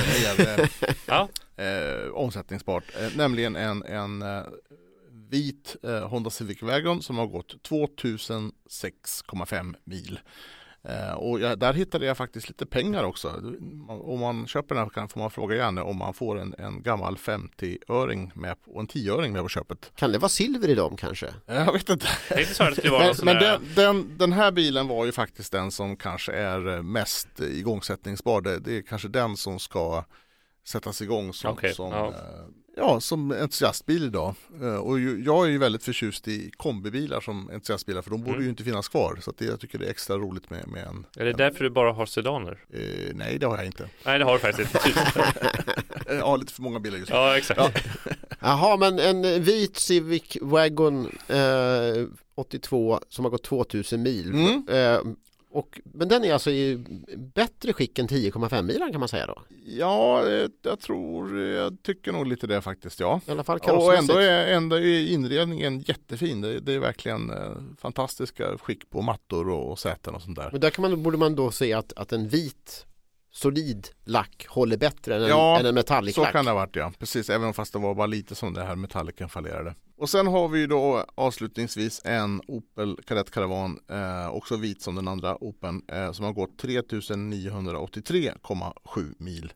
mer omsättningsbart. Nämligen en vit Honda Civic Wagon som har gått 2006,5 mil. Och där hittade jag faktiskt lite pengar också. Om man köper den här får man fråga gärna om man får en gammal 50-öring med och en 10-öring med på köpet. Kan det vara silver i dem kanske? Jag vet inte. Men den här bilen var ju faktiskt den som kanske är mest igångsättningsbar. Det är kanske den som ska sättas igång som som entusiastbil idag. Och jag är ju väldigt förtjust i kombibilar som entusiastbilar, för de borde ju inte finnas kvar. Så att jag tycker det är extra roligt med en... Är det därför du bara har sedaner? Nej, det har jag inte. Nej, det har du faktiskt inte. Ja, lite för många bilar just nu. Ja, exakt. Ja. Jaha, men en vit Civic Wagon 82 som har gått 2000 mil. Men den är alltså i bättre skick än 10,5 milen kan man säga då? Ja, jag tycker nog lite det faktiskt, ja. I alla fall och ändå är inredningen jättefin. Det är verkligen fantastiska skick på mattor och säten och sånt där. Men där borde man då se att en vit solid lack håller bättre än en metallic lack. Så kan det ha varit, ja. Precis, även fast det var bara lite som det här metallicen fallerade. Och sen har vi då avslutningsvis en Opel Kadett Caravan, också vit som den andra Opeln, som har gått 3983,7 mil.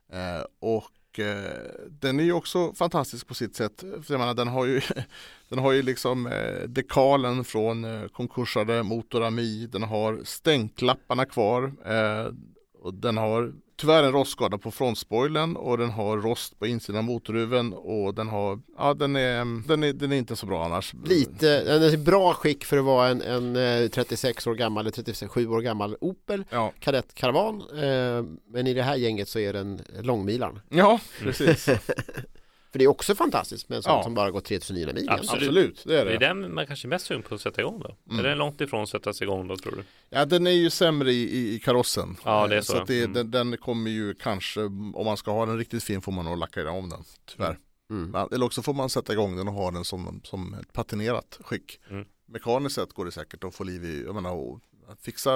Den är ju också fantastisk på sitt sätt. För jag menar, den har ju liksom dekalen från konkursade Motorami, den har stänklapparna kvar, och den har tyvärr en rostskada på frontspoilern och den har rost på insidan av motorhuven och den är inte så bra annars. Den är i bra skick för att vara en 36 år gammal eller 37 år gammal Opel Kadett Caravan, men i det här gänget så är den långmilaren. Ja, precis. För det är också fantastiskt med en sån som bara går 3900 mil. Absolut, det är det. Det är den man kanske mest sugen på att sätta igång då. Är det långt ifrån att sätta sig igång då, tror du? Ja, den är ju sämre i karossen. Ja, det är så. Så att den kommer ju kanske, om man ska ha den riktigt fin får man nog lacka om den, tyvärr. Eller också får man sätta igång den och ha den som ett patinerat skick. Mekaniskt sett går det säkert att få liv i, jag menar, att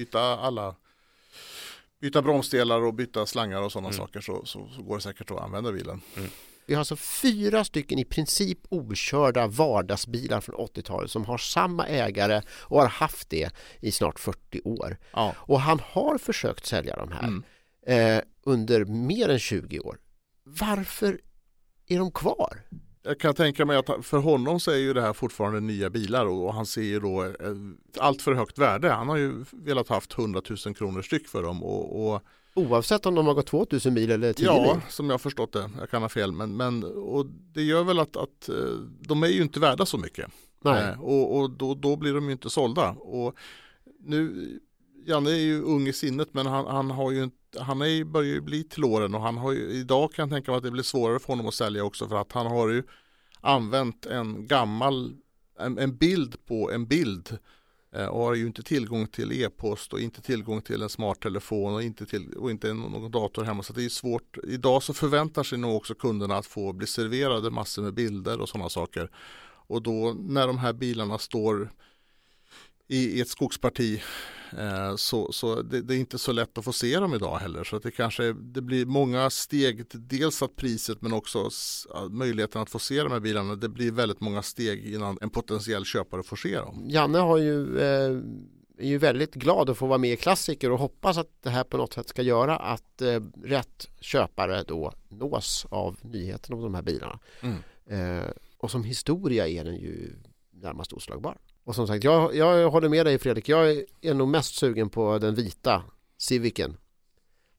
byta bromsdelar och byta slangar och sådana saker, så går det säkert att använda bilen. Vi har alltså 4 stycken i princip okörda vardagsbilar från 80-talet som har samma ägare och har haft det i snart 40 år. Ja. Och han har försökt sälja de här under mer än 20 år. Varför är de kvar? Jag kan tänka mig att för honom så är ju det här fortfarande nya bilar och han ser ju då allt för högt värde. Han har ju velat haft 100 000 kronor styck för dem och oavsett om de har gått 2000 mil eller 10 mil? Ja, som jag har förstått det. Jag kan ha fel. Men och det gör väl att de är ju inte värda så mycket. Nej. Och då blir de ju inte sålda. Och nu, Janne är ju ung i sinnet, men han börjar ju bli till åren. Och idag kan jag tänka mig att det blir svårare för honom att sälja också. För att han har ju använt en bild på en bild. Och har ju inte tillgång till e-post och inte tillgång till en smarttelefon och inte någon dator hemma, så det är svårt. Idag så förväntar sig nog också kunderna att få bli serverade massor med bilder och sådana saker. Och då när de här bilarna står i ett skogsparti så det är inte så lätt att få se dem idag heller. Så att det blir många steg, dels att priset men också möjligheten att få se de här bilarna. Det blir väldigt många steg innan en potentiell köpare får se dem. Janne är ju väldigt glad att få vara med i Klassiker och hoppas att det här på något sätt ska göra att rätt köpare då nås av nyheten om de här bilarna. Och som historia är den ju närmast oslagbar. Och som sagt, jag håller med dig, Fredrik. Jag är nog mest sugen på den vita Civicen.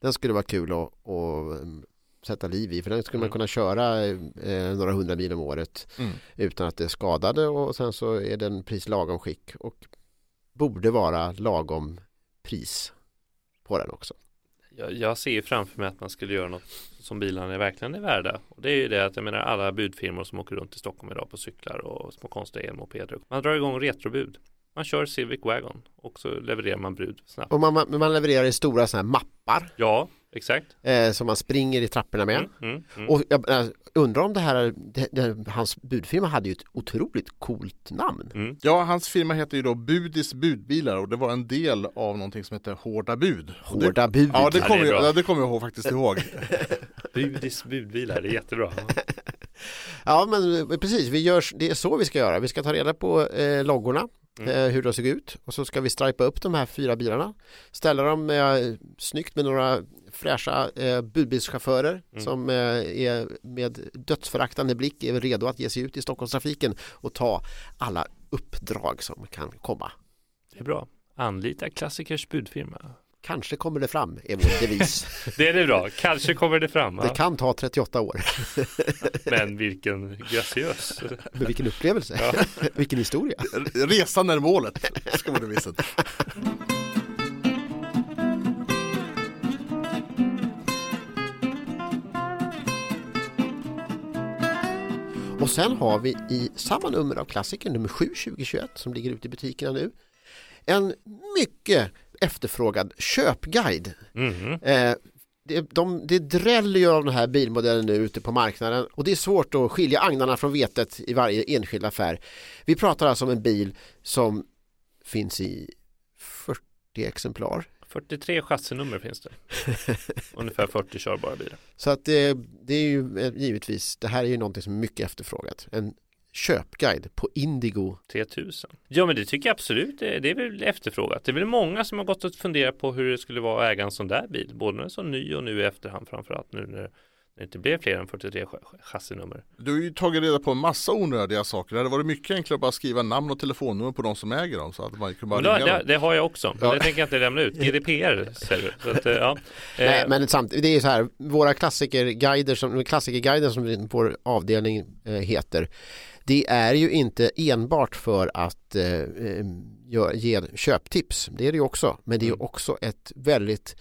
Den skulle vara kul att sätta liv i, för den skulle man kunna köra några 100 mil om året utan att det skadade, och sen så är den pris lagom skick och borde vara lagom pris på den också. Jag ser framför mig att man skulle göra något som bilarna verkligen är värda. Och det är ju det att jag menar alla budfirmor som åker runt i Stockholm idag på cyklar och små konstiga elmopeder. Man drar igång retrobud. Man kör Civic Wagon och så levererar man brud snabbt. Och man levererar i stora såna här mappar. Ja, exakt. Som man springer i trapporna med. Och jag undrar om det här, hans budfirma hade ju ett otroligt coolt namn. Ja, hans firma heter ju då Budis budbilar, och det var en del av någonting som heter Hårda bud. Hårda bud. Ja, det kommer jag faktiskt ihåg. Budis budbilar, det är jättebra. Ja, men precis. Det är så vi ska göra. Vi ska ta reda på loggorna. Hur de såg ut, och så ska vi stripa upp de här 4 bilarna, ställa dem snyggt med några fräscha budbilschaufförer som är med dödsföraktande blick är redo att ge sig ut i Stockholmstrafiken och ta alla uppdrag som kan komma. Det är bra. Anlita klassikers budfirma. Kanske kommer det fram, är vår devis. Det är det bra. Kanske kommer det fram. Det kan ta 38 år. Men vilken graciös. Men vilken upplevelse. Ja. Vilken historia. Resan är målet, ska man visa. Och sen har vi i samma nummer av Klassiker, nummer 7 2021, som ligger ute i butikerna nu, en mycket efterfrågad köpguide. Det dräller ju av den här bilmodellen nu ute på marknaden, och det är svårt att skilja agnarna från vetet i varje enskild affär. Vi pratar alltså om en bil som finns i 40 exemplar. 43 chassinummer finns det. Ungefär 40 körbara bilar. Så att det är ju givetvis, det här är ju någonting som är mycket efterfrågat. En köpguide på Indigo 3000. Ja, men det tycker jag absolut. Det är väl efterfrågat. Det är väl många som har gått och funderat på hur det skulle vara att äga en sån där bil. Både när den är så ny och nu i efterhand, framförallt nu när det inte blev fler än 43 chassinummer. Du har ju tagit reda på en massa onödiga saker. Det hade varit mycket enklare att bara skriva namn och telefonnummer på de som äger dem, så att man kan bara ringa dem. Det har jag också. Men det tänker jag inte lämna ut. GDPR säger du. Så att, ja. Nej, men samtidigt, det är så här, våra klassikerguider som vår avdelning heter, det är ju inte enbart för att ge köptips. Det är det ju också. Men det är ju också ett väldigt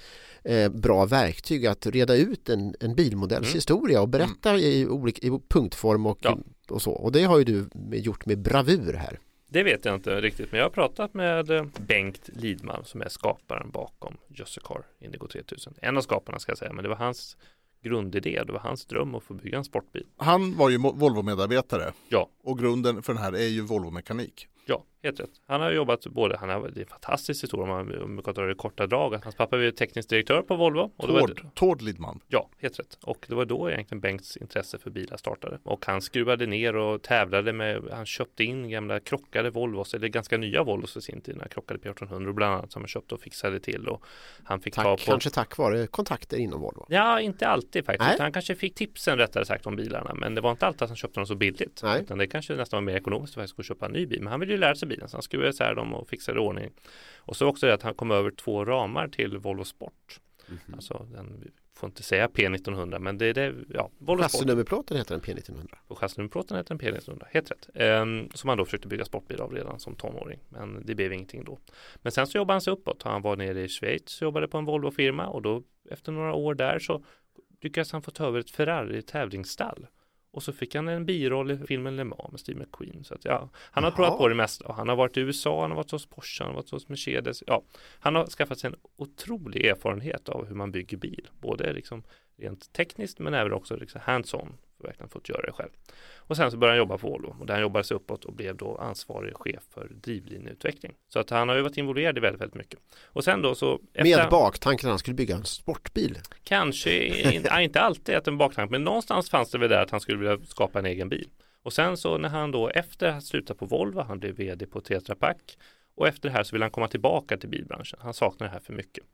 bra verktyg att reda ut en bilmodells historia och berätta i punktform och så. Och det har ju du gjort med bravur här. Det vet jag inte riktigt, men jag har pratat med Bengt Lidman som är skaparen bakom Just a Car Indigo 3000. En av skaparna ska jag säga, men det var hans grundidé, det var hans dröm att få bygga en sportbil. Han var ju Volvo-medarbetare. Ja. Och grunden för den här är ju Volvo-mekanik. Ja, helt rätt. Han har jobbat det är en fantastisk historia om man kan dra det korta drag. Att hans pappa var teknisk direktör på Volvo. Tord Lidman. Ja, helt rätt. Och det var då egentligen Bengts intresse för bilar startade. Och han skruvade ner och tävlade med, han köpte in gamla krockade Volvos, eller ganska nya Volvos i sin tid, när krockade P1800 bland annat, som han köpte och fixade till. Och han fick kanske tack vare kontakter inom Volvo. Ja, inte alltid faktiskt. Han kanske fick tipsen rättare sagt om bilarna, men det var inte alltid att han köpte dem så billigt. Nej. Utan det kanske nästan var mer ekonomiskt faktiskt att köpa en ny bil. Men han ville ju lära sig bilen, så han skruvade isär dem och fixade ordning. Och så också det att han kom över 2 ramar till Volvo Sport. Alltså den får inte säga P1900, men det är det, ja, Volvo Sport. Chassinummerplåten heter den P1900. Och chassinummerplåten heter den P1900, helt rätt. Som han då försökte bygga sportbil av redan som tonåring, men det blev ingenting då. Men sen så jobbade han sig uppåt. Han var nere i Schweiz, jobbade på en Volvo-firma, och då efter några år där så lyckades han få ta över ett Ferrari-tävlingsstall. Och så fick han en biroll i filmen Le Mans med Steve McQueen. Så att, ja, han har provat på det mesta. Han har varit i USA, han har varit hos Porsche, han har varit hos Mercedes. Ja, han har skaffat sig en otrolig erfarenhet av hur man bygger bil. Både liksom rent tekniskt, men även också liksom hands-on. För verkligen fått göra det själv. Och sen så började han jobba på Volvo. Och där han jobbade sig uppåt och blev då ansvarig chef för drivlineutveckling. Så att han har ju varit involverad i väldigt, väldigt mycket. Och sen då så... Med baktanken att han skulle bygga en sportbil? Kanske, inte alltid att en baktank. Men någonstans fanns det väl där att han skulle vilja skapa en egen bil. Och sen så när han då efter att sluta på Volvo, han blev vd på Tetra Pak. Och efter det här så vill han komma tillbaka till bilbranschen. Han saknar det här för mycket.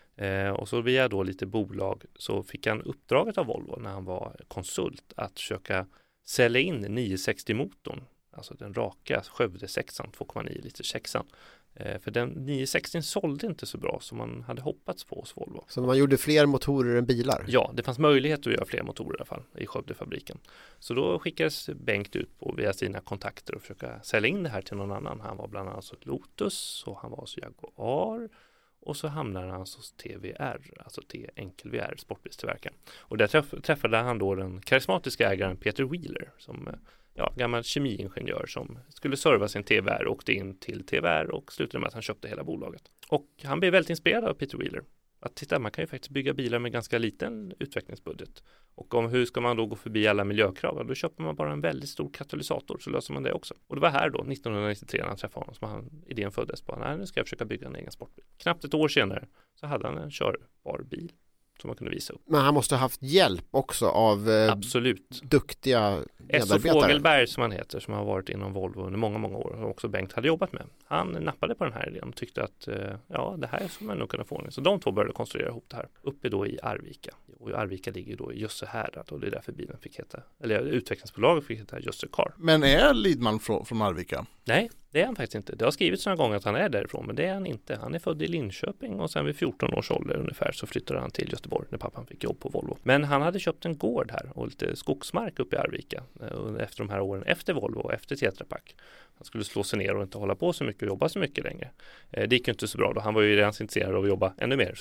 Och så via då lite bolag så fick han uppdraget av Volvo när han var konsult att försöka sälja in 960-motorn, alltså den raka Skövde 6an, 2,9 liters 6an, För den 960 sålde inte så bra som man hade hoppats på hos Volvo. Så man gjorde fler motorer än bilar? Ja, det fanns möjlighet att göra fler motorer i alla fall i Skövdefabriken. Så då skickades Bengt ut via sina kontakter och försöka sälja in det här till någon annan. Han var bland annat hos Lotus och han var hos Jaguar. Och så hamnade han hos TVR, alltså Enkel-VR, sportbilstillverkaren. Och där träffade han då den karismatiska ägaren Peter Wheeler som gammal kemiingenjör som skulle serva sin TVR och åkte in till TVR och slutade med att han köpte hela bolaget. Och han blev väldigt inspirerad av Peter Wheeler. Att titta, man kan ju faktiskt bygga bilar med ganska liten utvecklingsbudget. Och hur ska man då gå förbi alla miljökrav? Då köper man bara en väldigt stor katalysator så löser man det också. Och det var här då, 1993 när han träffade honom, som idén föddes på. Nu ska jag försöka bygga en egen sportbil. Knappt ett år senare så hade han en körbar bil som man kunde visa upp. Men han måste ha haft hjälp också av absolut duktiga medarbetare. Fågelberg som han heter, som har varit inom Volvo under många, många år och också Bengt hade jobbat med. Han nappade på den här idén och tyckte att det här ska man nog kunna få. Så de två började konstruera ihop det här. Uppe då i Arvika. Och Arvika ligger då i Jössehärad och det är därför bilen fick heta, eller utvecklingsbolaget fick heta Jösse Car. Men är Lidman från Arvika? Nej, det är han faktiskt inte. Det har skrivits några gånger att han är därifrån, men det är han inte. Han är född i Linköping och sen vid 14 års ålder ungefär så flyttade han till Göteborg när pappan fick jobb på Volvo. Men han hade köpt en gård här och lite skogsmark uppe i Arvika efter de här åren efter Volvo och efter Tetra Pak. Han skulle slå sig ner och inte hålla på så mycket och jobba så mycket längre. Det gick ju inte så bra då. Han var ju redan intresserad av att jobba ännu mer.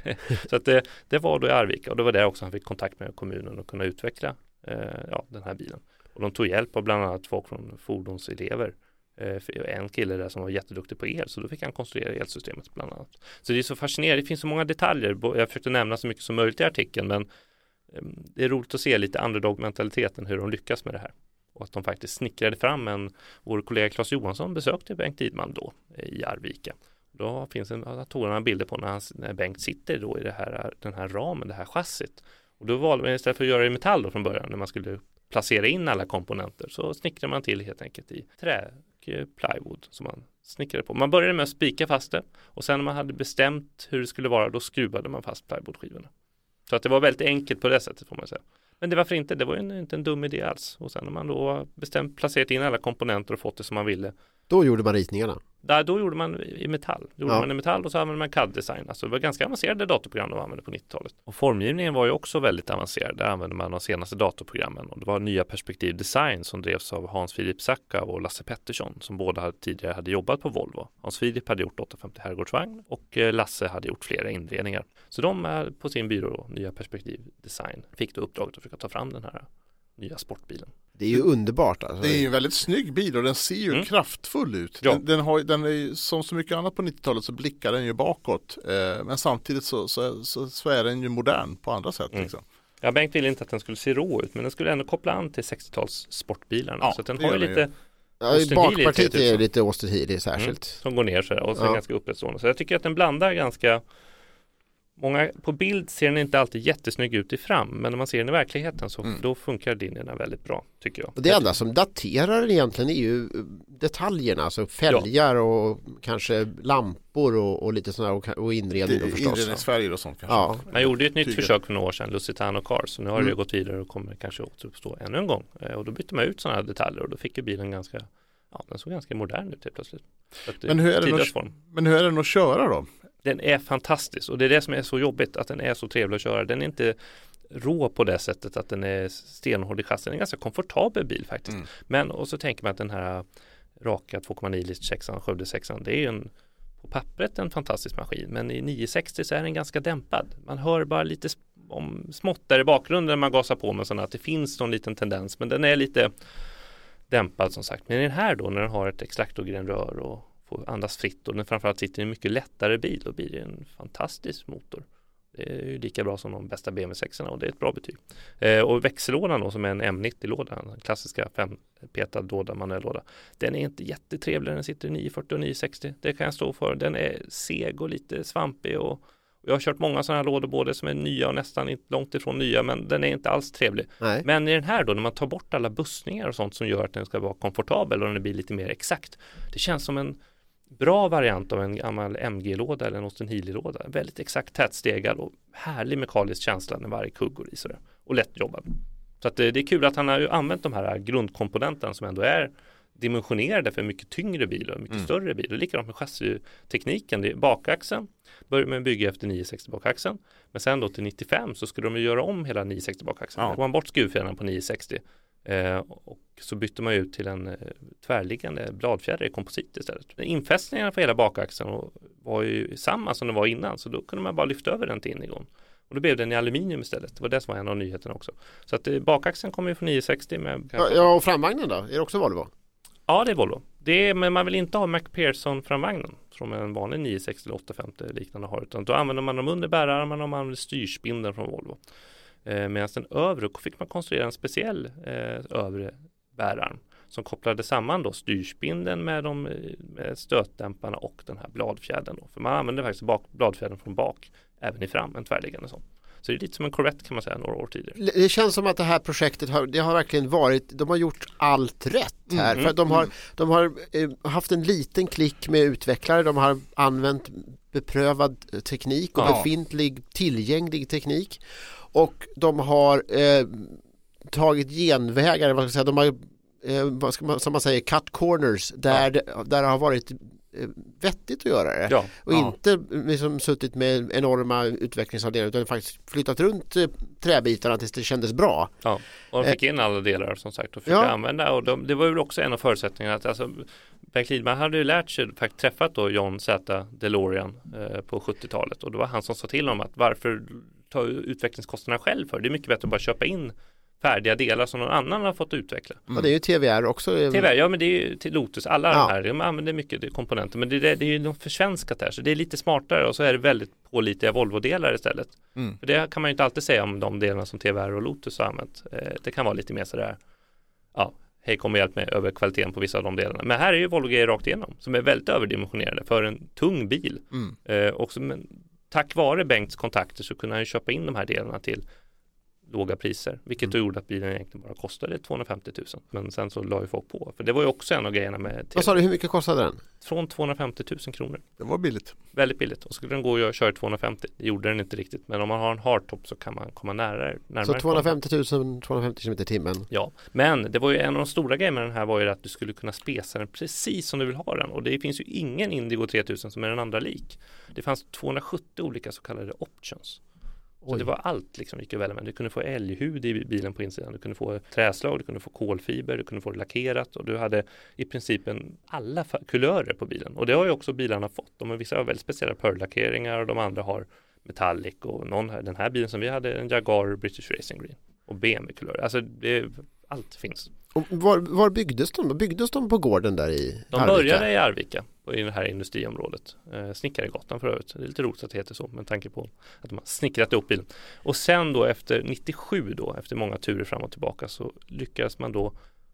Så att det var då i Arvika och det var där också han fick kontakt med kommunen och kunna utveckla den här bilen. Och de tog hjälp av bland annat folk från fordonselever. En kille där som var jätteduktig på el, så då fick han konstruera elsystemet bland annat. Så det är så fascinerande, det finns så många detaljer. Jag försökte nämna så mycket som möjligt i artikeln, men det är roligt att se lite underdog-mentaliteten, hur de lyckas med det här. Och att de faktiskt snickrade fram vår kollega Claes Johansson besökte Bengt Lidman då i Arvika. Då finns datorerna bilder på när Bengt sitter då i den här ramen, det här chassit. Och då valde man istället för att göra det i metall då från början, när man skulle placera in alla komponenter, så snickrade man till helt enkelt i trä plywood som man snickrade på. Man började med att spika fast det och sen när man hade bestämt hur det skulle vara, då skruvade man fast plywoodskivorna. Så att det var väldigt enkelt på det sättet får man säga. Men det varför inte? Det var ju inte en dum idé alls. Och sen när man då placerat in alla komponenter och fått det som man ville. Då gjorde man ritningarna? Då gjorde man i metall. Man i metall och så använde man CAD-design. Alltså det var ganska avancerade datorprogram de använde på 90-talet. Och formgivningen var ju också väldigt avancerad. Där använde man de senaste datorprogrammen. Och det var nya perspektiv design som drevs av Hans-Filip Sacka och Lasse Pettersson som båda tidigare hade jobbat på Volvo. Hans-Filip hade gjort 850 herrgårdsvagn och Lasse hade gjort flera inredningar. Så de på sin byrå, nya perspektiv design, fick då uppdraget att försöka ta fram den här nya sportbilen. Det är ju underbart. Alltså. Det är ju en väldigt snygg bil och den ser ju kraftfull ut. Ja. Den är, som så mycket annat på 90-talet så blickar den ju bakåt. Men samtidigt så är den ju modern på andra sätt. Liksom. Ja, Bengt ville inte att den skulle se rå ut, men den skulle ändå koppla an till 60-tals sportbilarna. Ja, så att den har ju lite... bakpartiet är lite Austin Healey särskilt. Som går ner så här, och så är ganska upprättstående. Så jag tycker att den blandar ganska... Många på bild ser den inte alltid jättesnygg ut i fram, men när man ser den i verkligheten så då funkar linjerna väldigt bra, tycker jag. Och det enda som daterar den egentligen är ju detaljerna, alltså fälgar och kanske lampor och lite sådana och inredning och förstås. Inredningsfärger och sånt kanske. Ja. Man gjorde ett nytt försök för några år sedan, Lusitano Cars, så nu har det gått vidare och kommer kanske återuppstå ännu en gång. Och då bytte man ut sådana här detaljer och då fick ju bilen den såg ganska modern ut helt plötsligt. Men hur är den att köra då? Den är fantastisk och det är det som är så jobbigt, att den är så trevlig att köra. Den är inte rå på det sättet att den är stenhård i chassin. Den är en ganska komfortabel bil faktiskt. Men och så tänker man att den här raka 2,9 liters 6an, Skövde 6an, det är ju på pappret en fantastisk maskin. Men i 960 så är den ganska dämpad. Man hör bara lite smått där i bakgrunden när man gasar på med sådana att det finns någon liten tendens. Men den är lite dämpad som sagt. Men i den här då, när den har ett extraktorgrenrör och får andas fritt och den framförallt sitter i en mycket lättare bil, då blir det en fantastisk motor. Det är ju lika bra som de bästa BMW 6-arna och det är ett bra betyg. Och växellådan då, som är en M90-låda, den klassiska 5-petad låda, manuell låda, den är inte jättetrevlig. Den sitter i 940 och 960. Det kan jag stå för. Den är seg och lite svampig och jag har kört många sådana här lådor, både som är nya och nästan långt ifrån nya, men den är inte alls trevlig. Nej. Men i den här då, när man tar bort alla bussningar och sånt som gör att den ska vara komfortabel och den blir lite mer exakt, det känns som en bra variant av en gammal MG-låda eller en Austin Healey-låda. Väldigt exakt tätstegad och härlig mekanisk känsla när varje kugg går i sådär. Och lätt jobbad. Så att det är kul att han har ju använt de här grundkomponenterna som ändå är dimensionerade för en mycket tyngre bil och en mycket större bil. Och likadant med chassitekniken. Det är bakaxeln. Började med att bygga efter 960 bakaxeln. Men sen då till 95 så skulle de ju göra om hela 960 bakaxeln. Då tog man bort skruvfjädern på 960. Och så bytte man ut till en tvärliggande bladfjäder i komposit istället. Infästningarna för hela bakaxeln var ju samma som det var innan. Så då kunde man bara lyfta över den till Indigon. Och då blev den i aluminium istället. Det var det som var en av nyheterna också. Så att bakaxeln kommer ju från 960 med... Ja, och framvagnen då? Är det också Volvo? Ja, det är Volvo. Men man vill inte ha McPherson-framvagnen som en vanlig 960 eller 850 liknande har. Utan då använder man dem under bärarmarna och man använder styrspindeln från Volvo. Medan den övre fick man konstruera en speciell övre bärarm som kopplade samman då styrspindeln med stötdämparna och den här bladfjädern. Då. För man använde faktiskt bladfjädern från bak även i fram, en tvärliggande sån. Så det är lite som en Corvette kan man säga några år tidigare. Det känns som att det här projektet har verkligen varit, de har gjort allt rätt här. För att de har haft en liten klick med utvecklare, de har använt beprövad teknik och befintlig tillgänglig teknik. Och de har tagit genvägar, vad ska jag säga, de har som man säger cut corners där det har varit vettigt att göra det. Och inte liksom suttit med enorma utvecklingsavdelningar utan faktiskt flyttat runt träbitarna tills det kändes bra. Ja, och de fick in alla delar som sagt och fick använda. Och det var ju också en av förutsättningarna att alltså, Per Klidman hade ju lärt sig, faktiskt träffat då John Z. DeLorean på 70-talet och det var han som sa till honom att varför ta utvecklingskostnaderna själv för? Det är mycket bättre att bara köpa in färdiga delar som någon annan har fått utveckla. Och det är ju TVR också. TVR, ja men det är ju till Lotus. Alla de här, de använder mycket komponenter. Men det är ju de försvenskat där. Så det är lite smartare och så är det väldigt pålitliga Volvo-delar istället. För det kan man ju inte alltid säga om de delarna som TVR och Lotus har använt. Det kan vara lite mer sådär, hej kom och hjälp med över kvaliteten på vissa av de delarna. Men här är ju Volvo-grejer rakt igenom som är väldigt överdimensionerade för en tung bil. Också, men tack vare Bengts kontakter så kunde han ju köpa in de här delarna till låga priser, vilket gjorde att bilen egentligen bara kostade 250 000. Men sen så la ju folk på. För det var ju också en av grejerna med... Vad sa du, hur mycket kostade den? Från 250 000 kronor. Det var billigt. Väldigt billigt. Och skulle den gå och köra 250. Det gjorde den inte riktigt. Men om man har en hardtop så kan man komma närmare. Så 250 000, 250 km i timmen? Ja, men det var ju en av de stora grejerna med den här var ju att du skulle kunna spesa den precis som du vill ha den. Och det finns ju ingen Indigo 3000 som är den andra lik. Det fanns 270 olika så kallade options. Så det var allt liksom gick ju väl med. Du kunde få älghud i bilen på insidan. Du kunde få träslag, du kunde få kolfiber, du kunde få det lackerat och du hade i princip alla kulörer på bilen. Och det har ju också bilarna fått. Vissa har väldigt speciella pearl-lackeringar och de andra har metallic och den här bilen som vi hade en Jaguar British Racing Green och BMW-kulörer. Alltså allt finns. Och var byggdes de? Byggdes de på gården där i Arvika? De började i Arvika, i det här industriområdet. Snickargatan för övrigt. Det är lite roligt att det heter så, med tanke på att de har snickrat ihop bilen. Och sen då efter 97 då, efter många turer fram och tillbaka så lyckades man då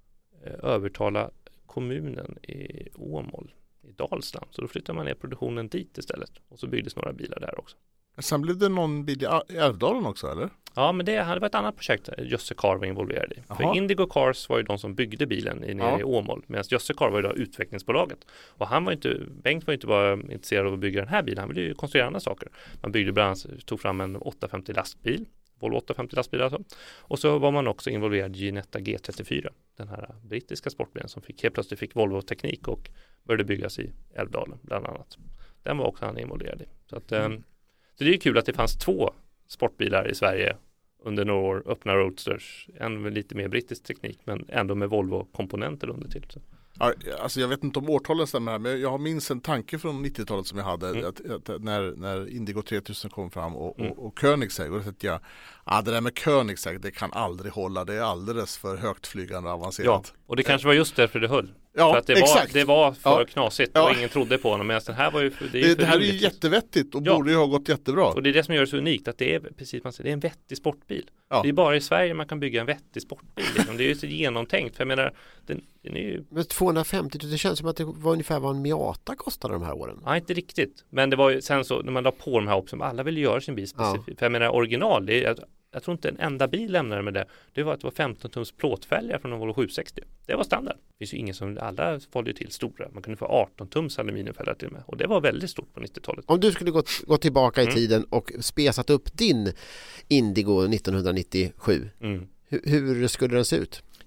övertala kommunen i Åmål i Dalsland. Så då flyttade man ner produktionen dit istället. Och så byggdes några bilar där också. Sen blev det någon bil i Älvdalen också, eller? Ja, men det var ett annat projekt Jösse Car var involverad i. För Indigo Cars var ju de som byggde bilen nere i Åmål. Medan Jösse Car var ju då utvecklingsbolaget. Och Bengt var ju inte bara intresserad av att bygga den här bilen. Han ville ju konstruera andra saker. Man byggde bland annat, tog fram en 850 lastbil. Volvo 850 lastbil alltså. Och så var man också involverad i Ginetta G34. Den här brittiska sportbilen som helt plötsligt fick Volvo-teknik och började byggas i Älvdalen bland annat. Den var också han involverad i. Så det är ju kul att det fanns 2 sportbilar i Sverige under några år, öppna roadsters. En med lite mer brittisk teknik men ändå med Volvo-komponenter under till. Så. Ja, alltså jag vet inte om årtalen stämmer här, men jag minns en tanke från 90-talet som jag hade att när Indigo 3000 kom fram och Koenigsegg, och då tänkte jag det där med Koenigsegg, det kan aldrig hålla, det är alldeles för högtflygande avancerat. Ja, och det kanske var just därför det höll. Ja, för att det var för knasigt och ingen trodde på honom. Men den här var ju det här är ju jättevettigt och borde ju ha gått jättebra. Och det är det som gör det så unikt, att det är precis man säger, det är en vettig sportbil. Ja. Det är bara i Sverige man kan bygga en vettig sportbil. Liksom. Det är ju så genomtänkt. För jag menar, den är ju... Men 250, det känns som att det var ungefär vad en Miata kostade de här åren. Ja, inte riktigt. Men det var ju sen så, när man la på de här optionerna, alla ville göra sin bil specifikt. Ja. För jag menar, original, jag tror inte en enda bil lämnade med det. Det var att det var 15-tums plåtfälgar från en Volvo 760. Det var standard. Det finns ju ingen som, alla valde ju till stora. Man kunde få 18-tums aluminiumfälgar till och med. Och det var väldigt stort på 90-talet. Om du skulle gå tillbaka i tiden och spesat upp din Indigo 1997, hur skulle den se ut?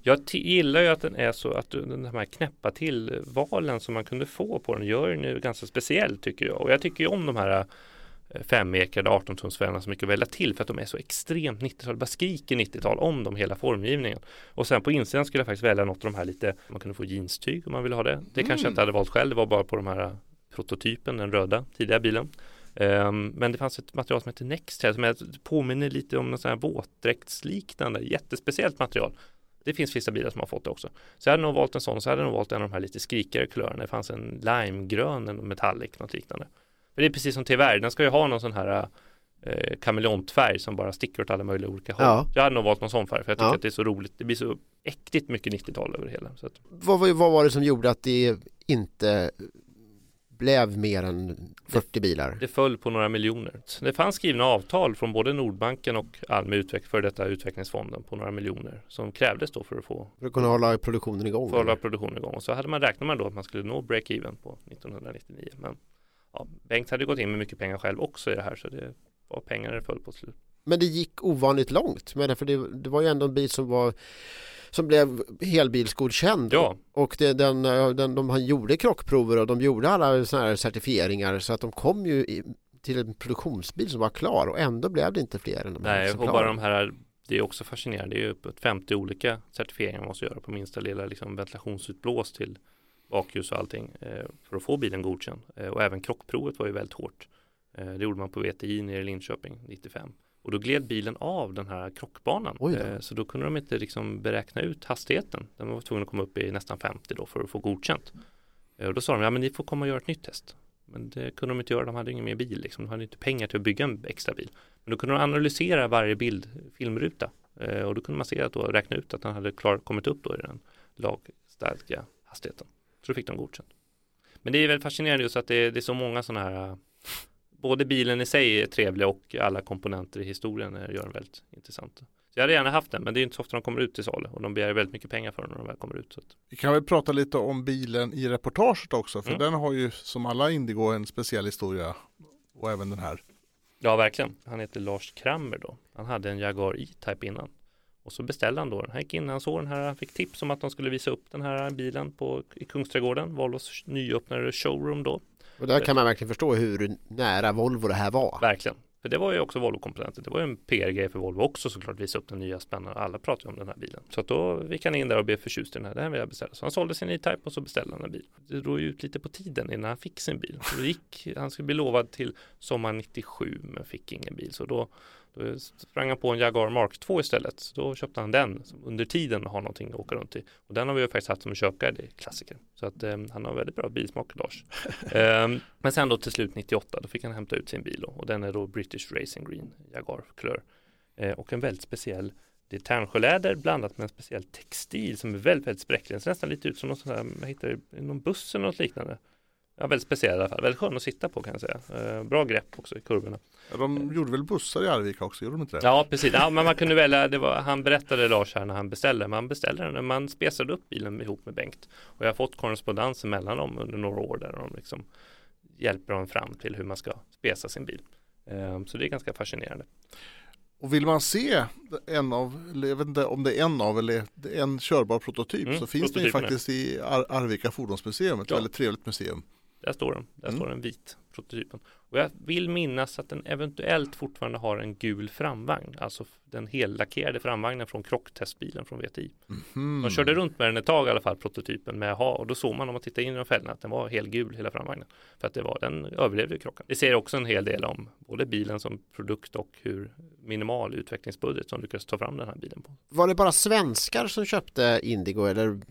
Jag gillar ju att den är så att den här knäppa till valen som man kunde få på den gör den ju ganska speciell tycker jag. Och jag tycker ju om de här 5-ekade 18-tumsfälgarna så mycket att välja till för att de är så extremt 90-tal. Det bara skriker 90-tal om dem hela formgivningen. Och sen på insidan skulle jag faktiskt välja något av de här lite, man kunde få jeanstyg om man ville ha det. Det kanske jag inte hade valt själv, det var bara på de här prototypen, den röda tidiga bilen. Men det fanns ett material som heter Next här som påminner lite om något sån här våtdräktsliknande, jättespeciellt material. Det finns vissa bilar som har fått det också. Så jag hade nog valt en sån, så hade jag nog valt en av de här lite skrikigare kulörerna. Det fanns en limegrön, en metallic, något liknande. Men det är precis som TVR, den ska ju ha någon sån här kameleontfärg som bara sticker åt alla möjliga olika håll. Ja. Jag hade nog valt någon sån färg för jag tycker att det är så roligt. Det blir så äktigt mycket 90-tal över det hela. Så att... Vad var det som gjorde att det inte blev mer än 40 bilar? Det föll på några miljoner. Det fanns skrivna avtal från både Nordbanken och Alme för detta utvecklingsfonden på några miljoner som krävdes då för att kunna hålla produktionen igång. För att hålla produktionen igång. Och så hade man räknat med då att man skulle nå break-even på 1999. Men ja, Bengt hade gått in med mycket pengar själv också i det här så det var pengar det föll på slut. Men det gick ovanligt långt med det, för det var ju ändå en bil som blev helbilsgodkänd. Ja. Och de gjorde krockprover och de gjorde alla såna här certifieringar så att de kom ju till en produktionsbil som var klar och ändå blev det inte fler än de här. Nej, och bara de här, det är också fascinerande. Det är ju uppåt 50 olika certifieringar man måste göra på minsta lilla liksom, ventilationsutblås till bakljus och allting för att få bilen godkänd. Och även krockprovet var ju väldigt hårt. Det gjorde man på VTI nere i Linköping 95. Och då gled bilen av den här krockbanan. Så då kunde de inte liksom beräkna ut hastigheten. Den var tvungen att komma upp i nästan 50 då för att få godkänt. Och då sa de, ja men ni får komma och göra ett nytt test. Men det kunde de inte göra, de hade ingen mer bil. Liksom. De hade inte pengar till att bygga en extra bil. Men då kunde de analysera varje filmruta. Och då kunde man se att då, räkna ut att den hade kommit upp då i den lagstadga hastigheten. Så då fick de godkänt. Men det är väldigt fascinerande just att det är så många sådana här... Både bilen i sig är trevlig och alla komponenter i historien gör den väldigt intressant. Så jag hade gärna haft den, men det är inte så ofta de kommer ut till salu. Och de begär väldigt mycket pengar för den när de väl kommer ut. Så att... Vi kan väl prata lite om bilen i reportaget också. För den har ju som alla Indigo en speciell historia. Och även den här. Ja, verkligen. Han heter Lars Krammer då. Han hade en Jaguar E-Type innan. Och så beställde han då den. Han gick in, han såg den här, han fick tips om att de skulle visa upp den här bilen i Kungsträdgården. Volvos nyöppnade showroom då. Och där kan man verkligen förstå hur nära Volvo det här var. Verkligen. För det var ju också Volvo-komponenter. Det var ju en PR-grej för Volvo också såklart. Visa upp den nya spännande. Alla pratar ju om den här bilen. Så att då gick han in där och blev förtjust i den här. Det här vill jag beställa. Så han sålde sin E-Type och så beställde han en bil. Det drog ut lite på tiden innan han fick sin bil. Så han skulle bli lovad till sommar 97 men fick ingen bil. Så då sprang han på en Jaguar Mark 2 istället. Så då köpte han den under tiden och har någonting att åka runt i. Och den har vi ju faktiskt haft som köpare, det är klassiker. Så att han har väldigt bra bilsmak, Lars. Men sen då till slut 98, då fick han hämta ut sin bil. Och den är då British Racing Green Jaguar kulör. Och en väldigt speciell, det är tärnsjöläder blandat med en speciell textil som är väldigt, väldigt spräcklig. Den ser nästan lite ut som någon sån där, man hittar i någon buss eller något liknande. Ja, väldigt speciell i alla fall. Väldigt skön att sitta på kan jag säga. Bra grepp också i kurvorna. Ja, de gjorde väl bussar i Arvika också, gjorde de inte det? Ja, precis. Ja, men man kunde välja, han berättade Lars här när han beställde. Man spesade upp bilen ihop med Bengt. Och jag har fått korrespondens mellan dem under några år där de liksom hjälper dem fram till hur man ska spesa sin bil. Så det är ganska fascinerande. Och vill man se jag vet inte om det är en körbar prototyp så finns det ju faktiskt i Arvika fordonsmuseum, ett väldigt trevligt museum. Där står den. Där står den vit prototypen. Och jag vill minnas att den eventuellt fortfarande har en gul framvagn. Alltså den hellackerade framvagnen från krocktestbilen från VTI. De körde runt med den ett tag i alla fall, prototypen med och då såg man om man tittade in i de fällorna att den var helgul hela framvagnen. För att den överlevde ju krocken. Det säger också en hel del om både bilen som produkt och hur minimal utvecklingsbudget som lyckades ta fram den här bilen på. Var det bara svenskar som köpte Indigo eller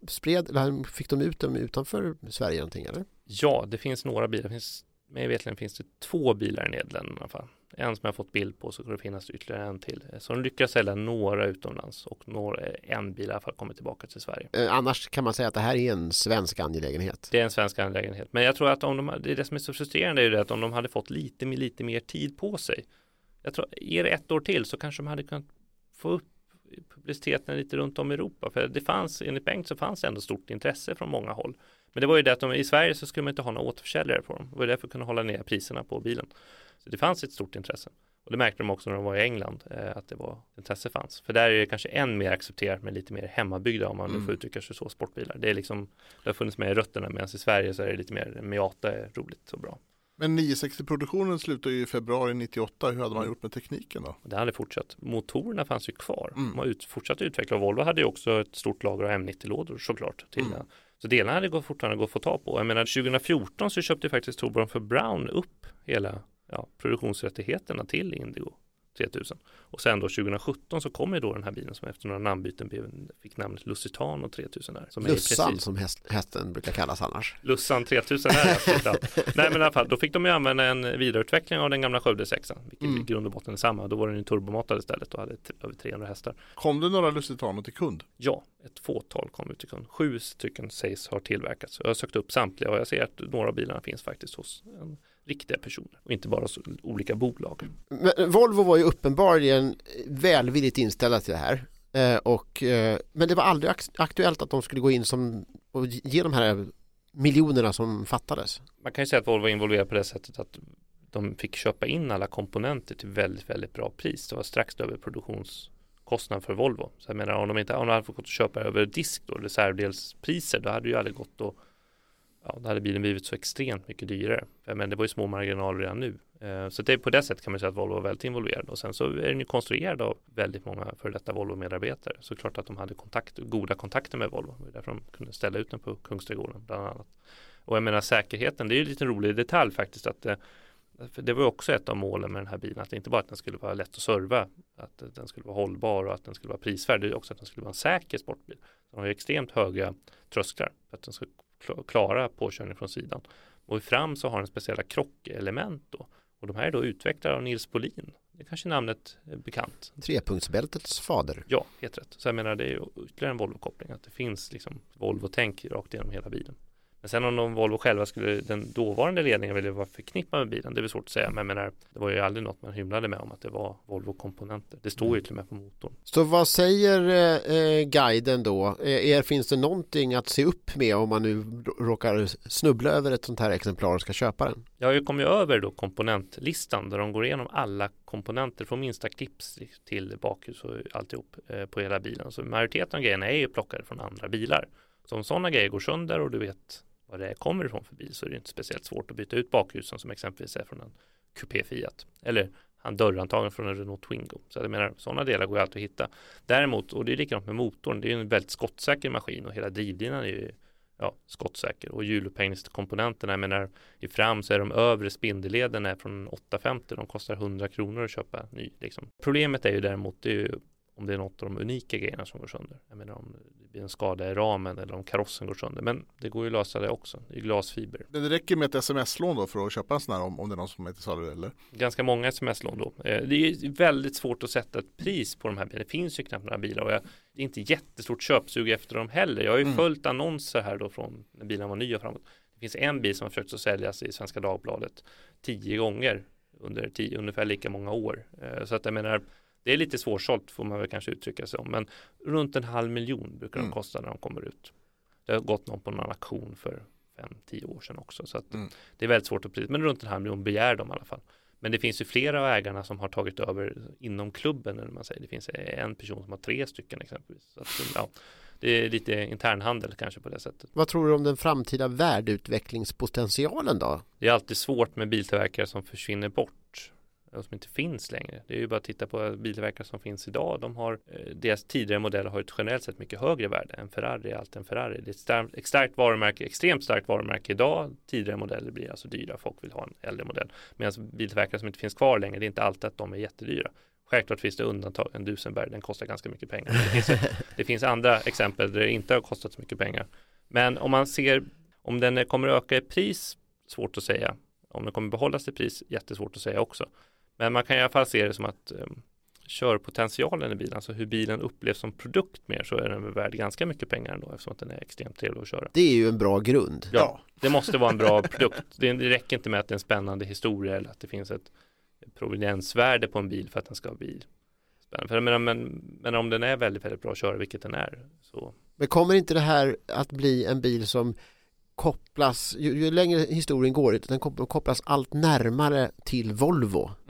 fick de ut dem utanför Sverige någonting eller? Ja, det finns några bilar. Men egentligen finns det 2 bilar i Nederländerna i alla fall. En som jag har fått bild på, så kommer det finnas ytterligare en till. Så de lyckas sälja några utomlands och en bil i alla fall kommer tillbaka till Sverige. Annars kan man säga att det här är en svensk angelägenhet. Det är en svensk angelägenhet. Men jag tror att det är det som är så frustrerande är det att om de hade fått lite mer tid på sig. Jag tror, ger det 1 år till så kanske de hade kunnat få upp publiciteten lite runt om i Europa. För det fanns, enligt Bengt så fanns det ändå stort intresse från många håll. Men det var ju det att i Sverige så skulle man inte ha några återförsäljare på dem. Det var därför kunna hålla ner priserna på bilen. Så det fanns ett stort intresse. Och det märkte de också när de var i England, att det var intresse fanns. För där är det kanske än mer accepterat med lite mer hemmabyggda, om man nu får uttrycka sig så, sportbilar. Det är liksom, det har funnits med i rötterna, medan i Sverige så är det lite mer Miata är roligt och bra. Men 960-produktionen slutade ju i februari 98. Hur hade man gjort med tekniken då? Det hade fortsatt. Motorerna fanns ju kvar. De har fortsatt utveckla. Volvo hade ju också ett stort lager av M90-lådor såklart. Så delarna hade fortfarande gått att få ta på. Jag menar, 2014 så köpte faktiskt Torbjörn för Brown upp hela produktionsrättigheterna till Indigo 3000. Och sen då 2017 så kom ju då den här bilen som efter några namnbyten fick namnet Lusitano 3000 där. Som Lussan som hästen brukar kallas annars. Lussan 3000 är Nej, men i alla fall, då fick de ju använda en vidareutveckling av den gamla Skövde 6an, vilket i grund och botten är samma. Då var den ju turbomatad istället och hade över 300 hästar. Kom det några Lusitano till kund? Ja, ett fåtal kom ut till kund. 7 stycken sägs har tillverkats. Jag har sökt upp samtliga och jag ser att några av bilarna finns faktiskt hos riktiga personer och inte bara olika bolag. Men Volvo var ju uppenbarligen välvilligt inställda till det här. Men det var aldrig aktuellt att de skulle gå in och ge de här miljonerna som fattades. Man kan ju säga att Volvo var involverad på det sättet att de fick köpa in alla komponenter till väldigt, väldigt bra pris. Det var strax över produktionskostnad för Volvo. Så jag menar, om de hade fått köpa över disk då, reservdelspriser, då hade ju aldrig gått att då hade bilen blivit så extremt mycket dyrare. Men det var ju små marginaler redan nu. Så det är på det sättet kan man säga att Volvo var väldigt involverad. Och sen så är den ju konstruerad av väldigt många för detta Volvo-medarbetare. Så klart att de hade goda kontakter med Volvo. Det är därför de kunde ställa ut den på Kungsträdgården bland annat. Och jag menar säkerheten, det är ju en liten rolig detalj faktiskt. Att det var också ett av målen med den här bilen. Att det inte bara att den skulle vara lätt att serva. Att den skulle vara hållbar och att den skulle vara prisvärd. Det är också att den skulle vara en säker sportbil. Den har ju extremt höga trösklar för att den ska klara påkörning från sidan. Och i fram så har den speciella krockelement då. Och de här är då utvecklade av Nils Polin. Det är kanske namnet är bekant. Trepunktsbältets fader. Ja, helt rätt. Så jag menar det är ju ytterligare en Volvo-koppling. Att det finns liksom Volvo-tänk rakt igenom hela bilen. Men sen om de Volvo själva den dåvarande ledningen ville vara förknippad med bilen, det är väl svårt att säga. Men jag menar, det var ju aldrig något man hymlade med om att det var Volvo-komponenter. Det står ju till och med på motorn. Så vad säger guiden då? Finns det någonting att se upp med om man nu råkar snubbla över ett sånt här exemplar och ska köpa den? Jag kom ju över då komponentlistan där de går igenom alla komponenter från minsta clips till bakhus och alltihop på hela bilen. Så majoriteten av grejerna är ju plockade från andra bilar. Så om sådana grejer går sönder och du vet vad det kommer ifrån för bil så är det inte speciellt svårt att byta ut bakhusen som exempelvis är från en Coupé Fiat eller dörrantagen från en Renault Twingo. Så jag menar, sådana delar går ju alltid att hitta. Däremot, och det är likadant med motorn, det är ju en väldigt skottsäker maskin och hela drivlinan är ju skottsäker. Och hjulupphängningskomponenterna, jag menar, i fram så är de övre spindellederna från 850, de kostar 100 kronor att köpa ny. Liksom. Problemet är ju däremot, det är ju om det är något av de unika grejerna som går sönder. Jag menar om det blir en skada i ramen eller om karossen går sönder. Men det går ju att lösa det också. Det är glasfiber. Men det räcker med ett sms-lån då för att köpa en sån här om det är någon som är till salu eller? Ganska många sms-lån då. Det är väldigt svårt att sätta ett pris på de här bilarna. Det finns ju knappt några bilar och det är inte jättestort köpsug efter dem heller. Jag har ju följt annonser här då från när bilen var nya framåt. Det finns en bil som har försökt att säljas i Svenska Dagbladet 10 gånger under ungefär lika många år. Så att jag menar, det är lite svårsålt får man väl kanske uttrycka sig om. Men runt 500 000 brukar de kosta när de kommer ut. Det har gått någon på någon auktion för 5-10 år sedan också. Så att det är väldigt svårt att prisa. Men runt 500 000 begär de i alla fall. Men det finns ju flera av ägarna som har tagit över inom klubben. Eller man säger. Det finns en person som har 3 stycken exempelvis. Så att, det är lite internhandel kanske på det sättet. Vad tror du om den framtida värdeutvecklingspotentialen då? Det är alltid svårt med biltillverkare som försvinner bort. Som inte finns längre. Det är ju bara att titta på biltillverkare som finns idag. Deras tidigare modeller har ett generellt sett mycket högre värde än Ferrari. Allt än Ferrari. Det är ett starkt varumärke, extremt starkt varumärke idag. Tidigare modeller blir alltså dyra. Folk vill ha en äldre modell. Medan biltillverkare som inte finns kvar längre, det är inte alltid att de är jättedyra. Självklart finns det undantag. En Duesenberg, den kostar ganska mycket pengar. Det finns andra exempel där det inte har kostat så mycket pengar. Men om man ser om den kommer att öka i pris, svårt att säga. Om den kommer behållas i pris, jättesvårt att säga också. Men man kan i alla fall se det som att körpotentialen i bilen, alltså hur bilen upplevs som produkt mer, så är den värd ganska mycket pengar ändå eftersom att den är extremt trevlig att köra. Det är ju en bra grund. Ja, det måste vara en bra produkt. Det räcker inte med att det är en spännande historia eller att det finns ett proveniensvärde på en bil för att den ska bli spännande. Men om den är väldigt, väldigt bra att köra, vilket den är. Så. Men kommer inte det här att bli en bil som kopplas, ju längre historien går, den kopplas allt närmare till Volvo.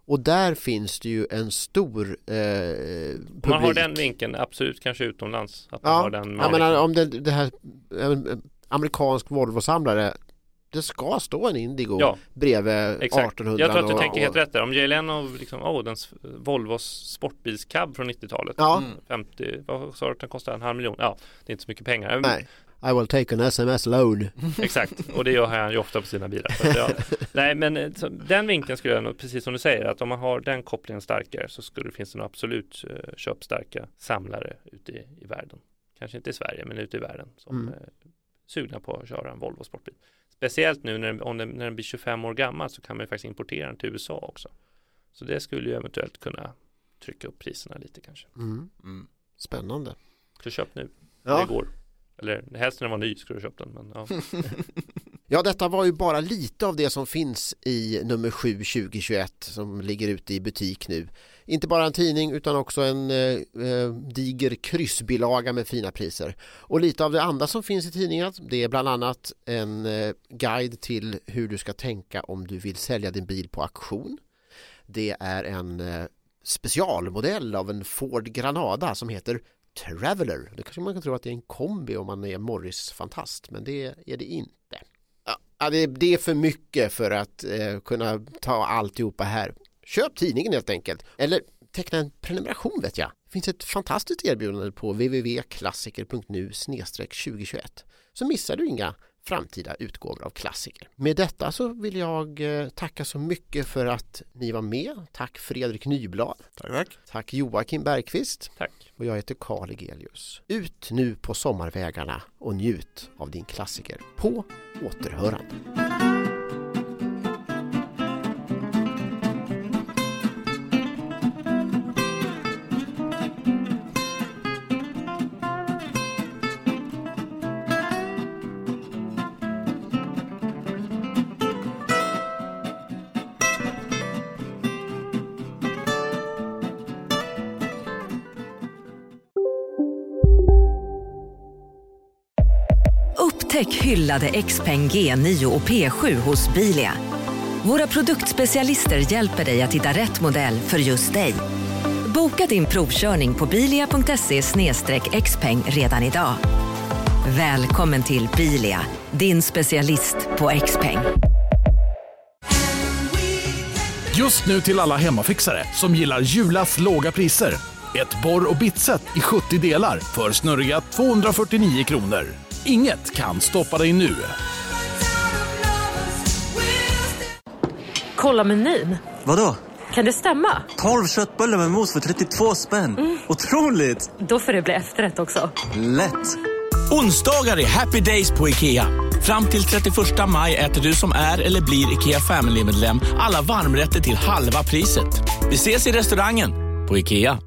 Och där finns det ju en stor publik. Man har den vinkeln, absolut, kanske utomlands. Att man har den jag menar, om det här amerikansk Volvo-samlare, det ska stå en Indigo bredvid 1800. Jag tror att du tänker helt rätt där. Om Jay Leno liksom, den Volvos sportbilscab från 90-talet. 50, vad sa du att den kostar? 500 000? Ja, det är inte så mycket pengar. Nej. I will take an SMS loan. Exakt, och det gör han ju ofta på sina bilar. Nej, men den vinkeln skulle jag, precis som du säger, att om man har den kopplingen starkare så finns det nog absolut köpstarka samlare ute i världen. Kanske inte i Sverige, men ute i världen som är sugna på att köra en Volvo sportbil. Speciellt nu när den blir 25 år gammal så kan man ju faktiskt importera den till USA också. Så det skulle ju eventuellt kunna trycka upp priserna lite kanske. Spännande. Så köp nu, det går. Eller helst när den var ny skulle du köpa den. Men, Ja, detta var ju bara lite av det som finns i nummer 7 2021 som ligger ute i butik nu. Inte bara en tidning utan också en diger kryssbilaga med fina priser. Och lite av det andra som finns i tidningen, det är bland annat en guide till hur du ska tänka om du vill sälja din bil på auktion. Det är en specialmodell av en Ford Granada som heter Traveller. Det kanske man kan tro att det är en kombi om man är Morris-fantast, men det är det inte. Ja, det är för mycket för att kunna ta alltihopa här. Köp tidningen helt enkelt. Eller teckna en prenumeration vet jag. Det finns ett fantastiskt erbjudande på www.klassiker.nu/2021. Så missar du inga framtida utgåvor av klassiker. Med detta så vill jag tacka så mycket för att ni var med. Tack Fredrik Nyblad. Tack. Tack Joakim Bergqvist. Tack. Och jag heter Carl Egelius. Ut nu på sommarvägarna och njut av din klassiker. På återhörande. Upptäck hyllade XPeng G9 och P7 hos Bilia. Våra produktspecialister hjälper dig att hitta rätt modell för just dig. Boka din provkörning på bilia.se/xpeng redan idag. Välkommen till Bilia, din specialist på XPeng. Just nu till alla hemmafixare som gillar Julas låga priser. Ett borr- och bitset i 70 delar för snurriga 249 kronor. Inget kan stoppa dig nu. Kolla menyn. Vadå? Kan det stämma? 12 köttbullar med mos för 32 spänn. Otroligt! Då får det bli efterrätt också. Lätt! Onsdagar är happy days på IKEA. Fram till 31 maj äter du som är eller blir IKEA Family-medlem alla varmrätter till halva priset. Vi ses i restaurangen på IKEA.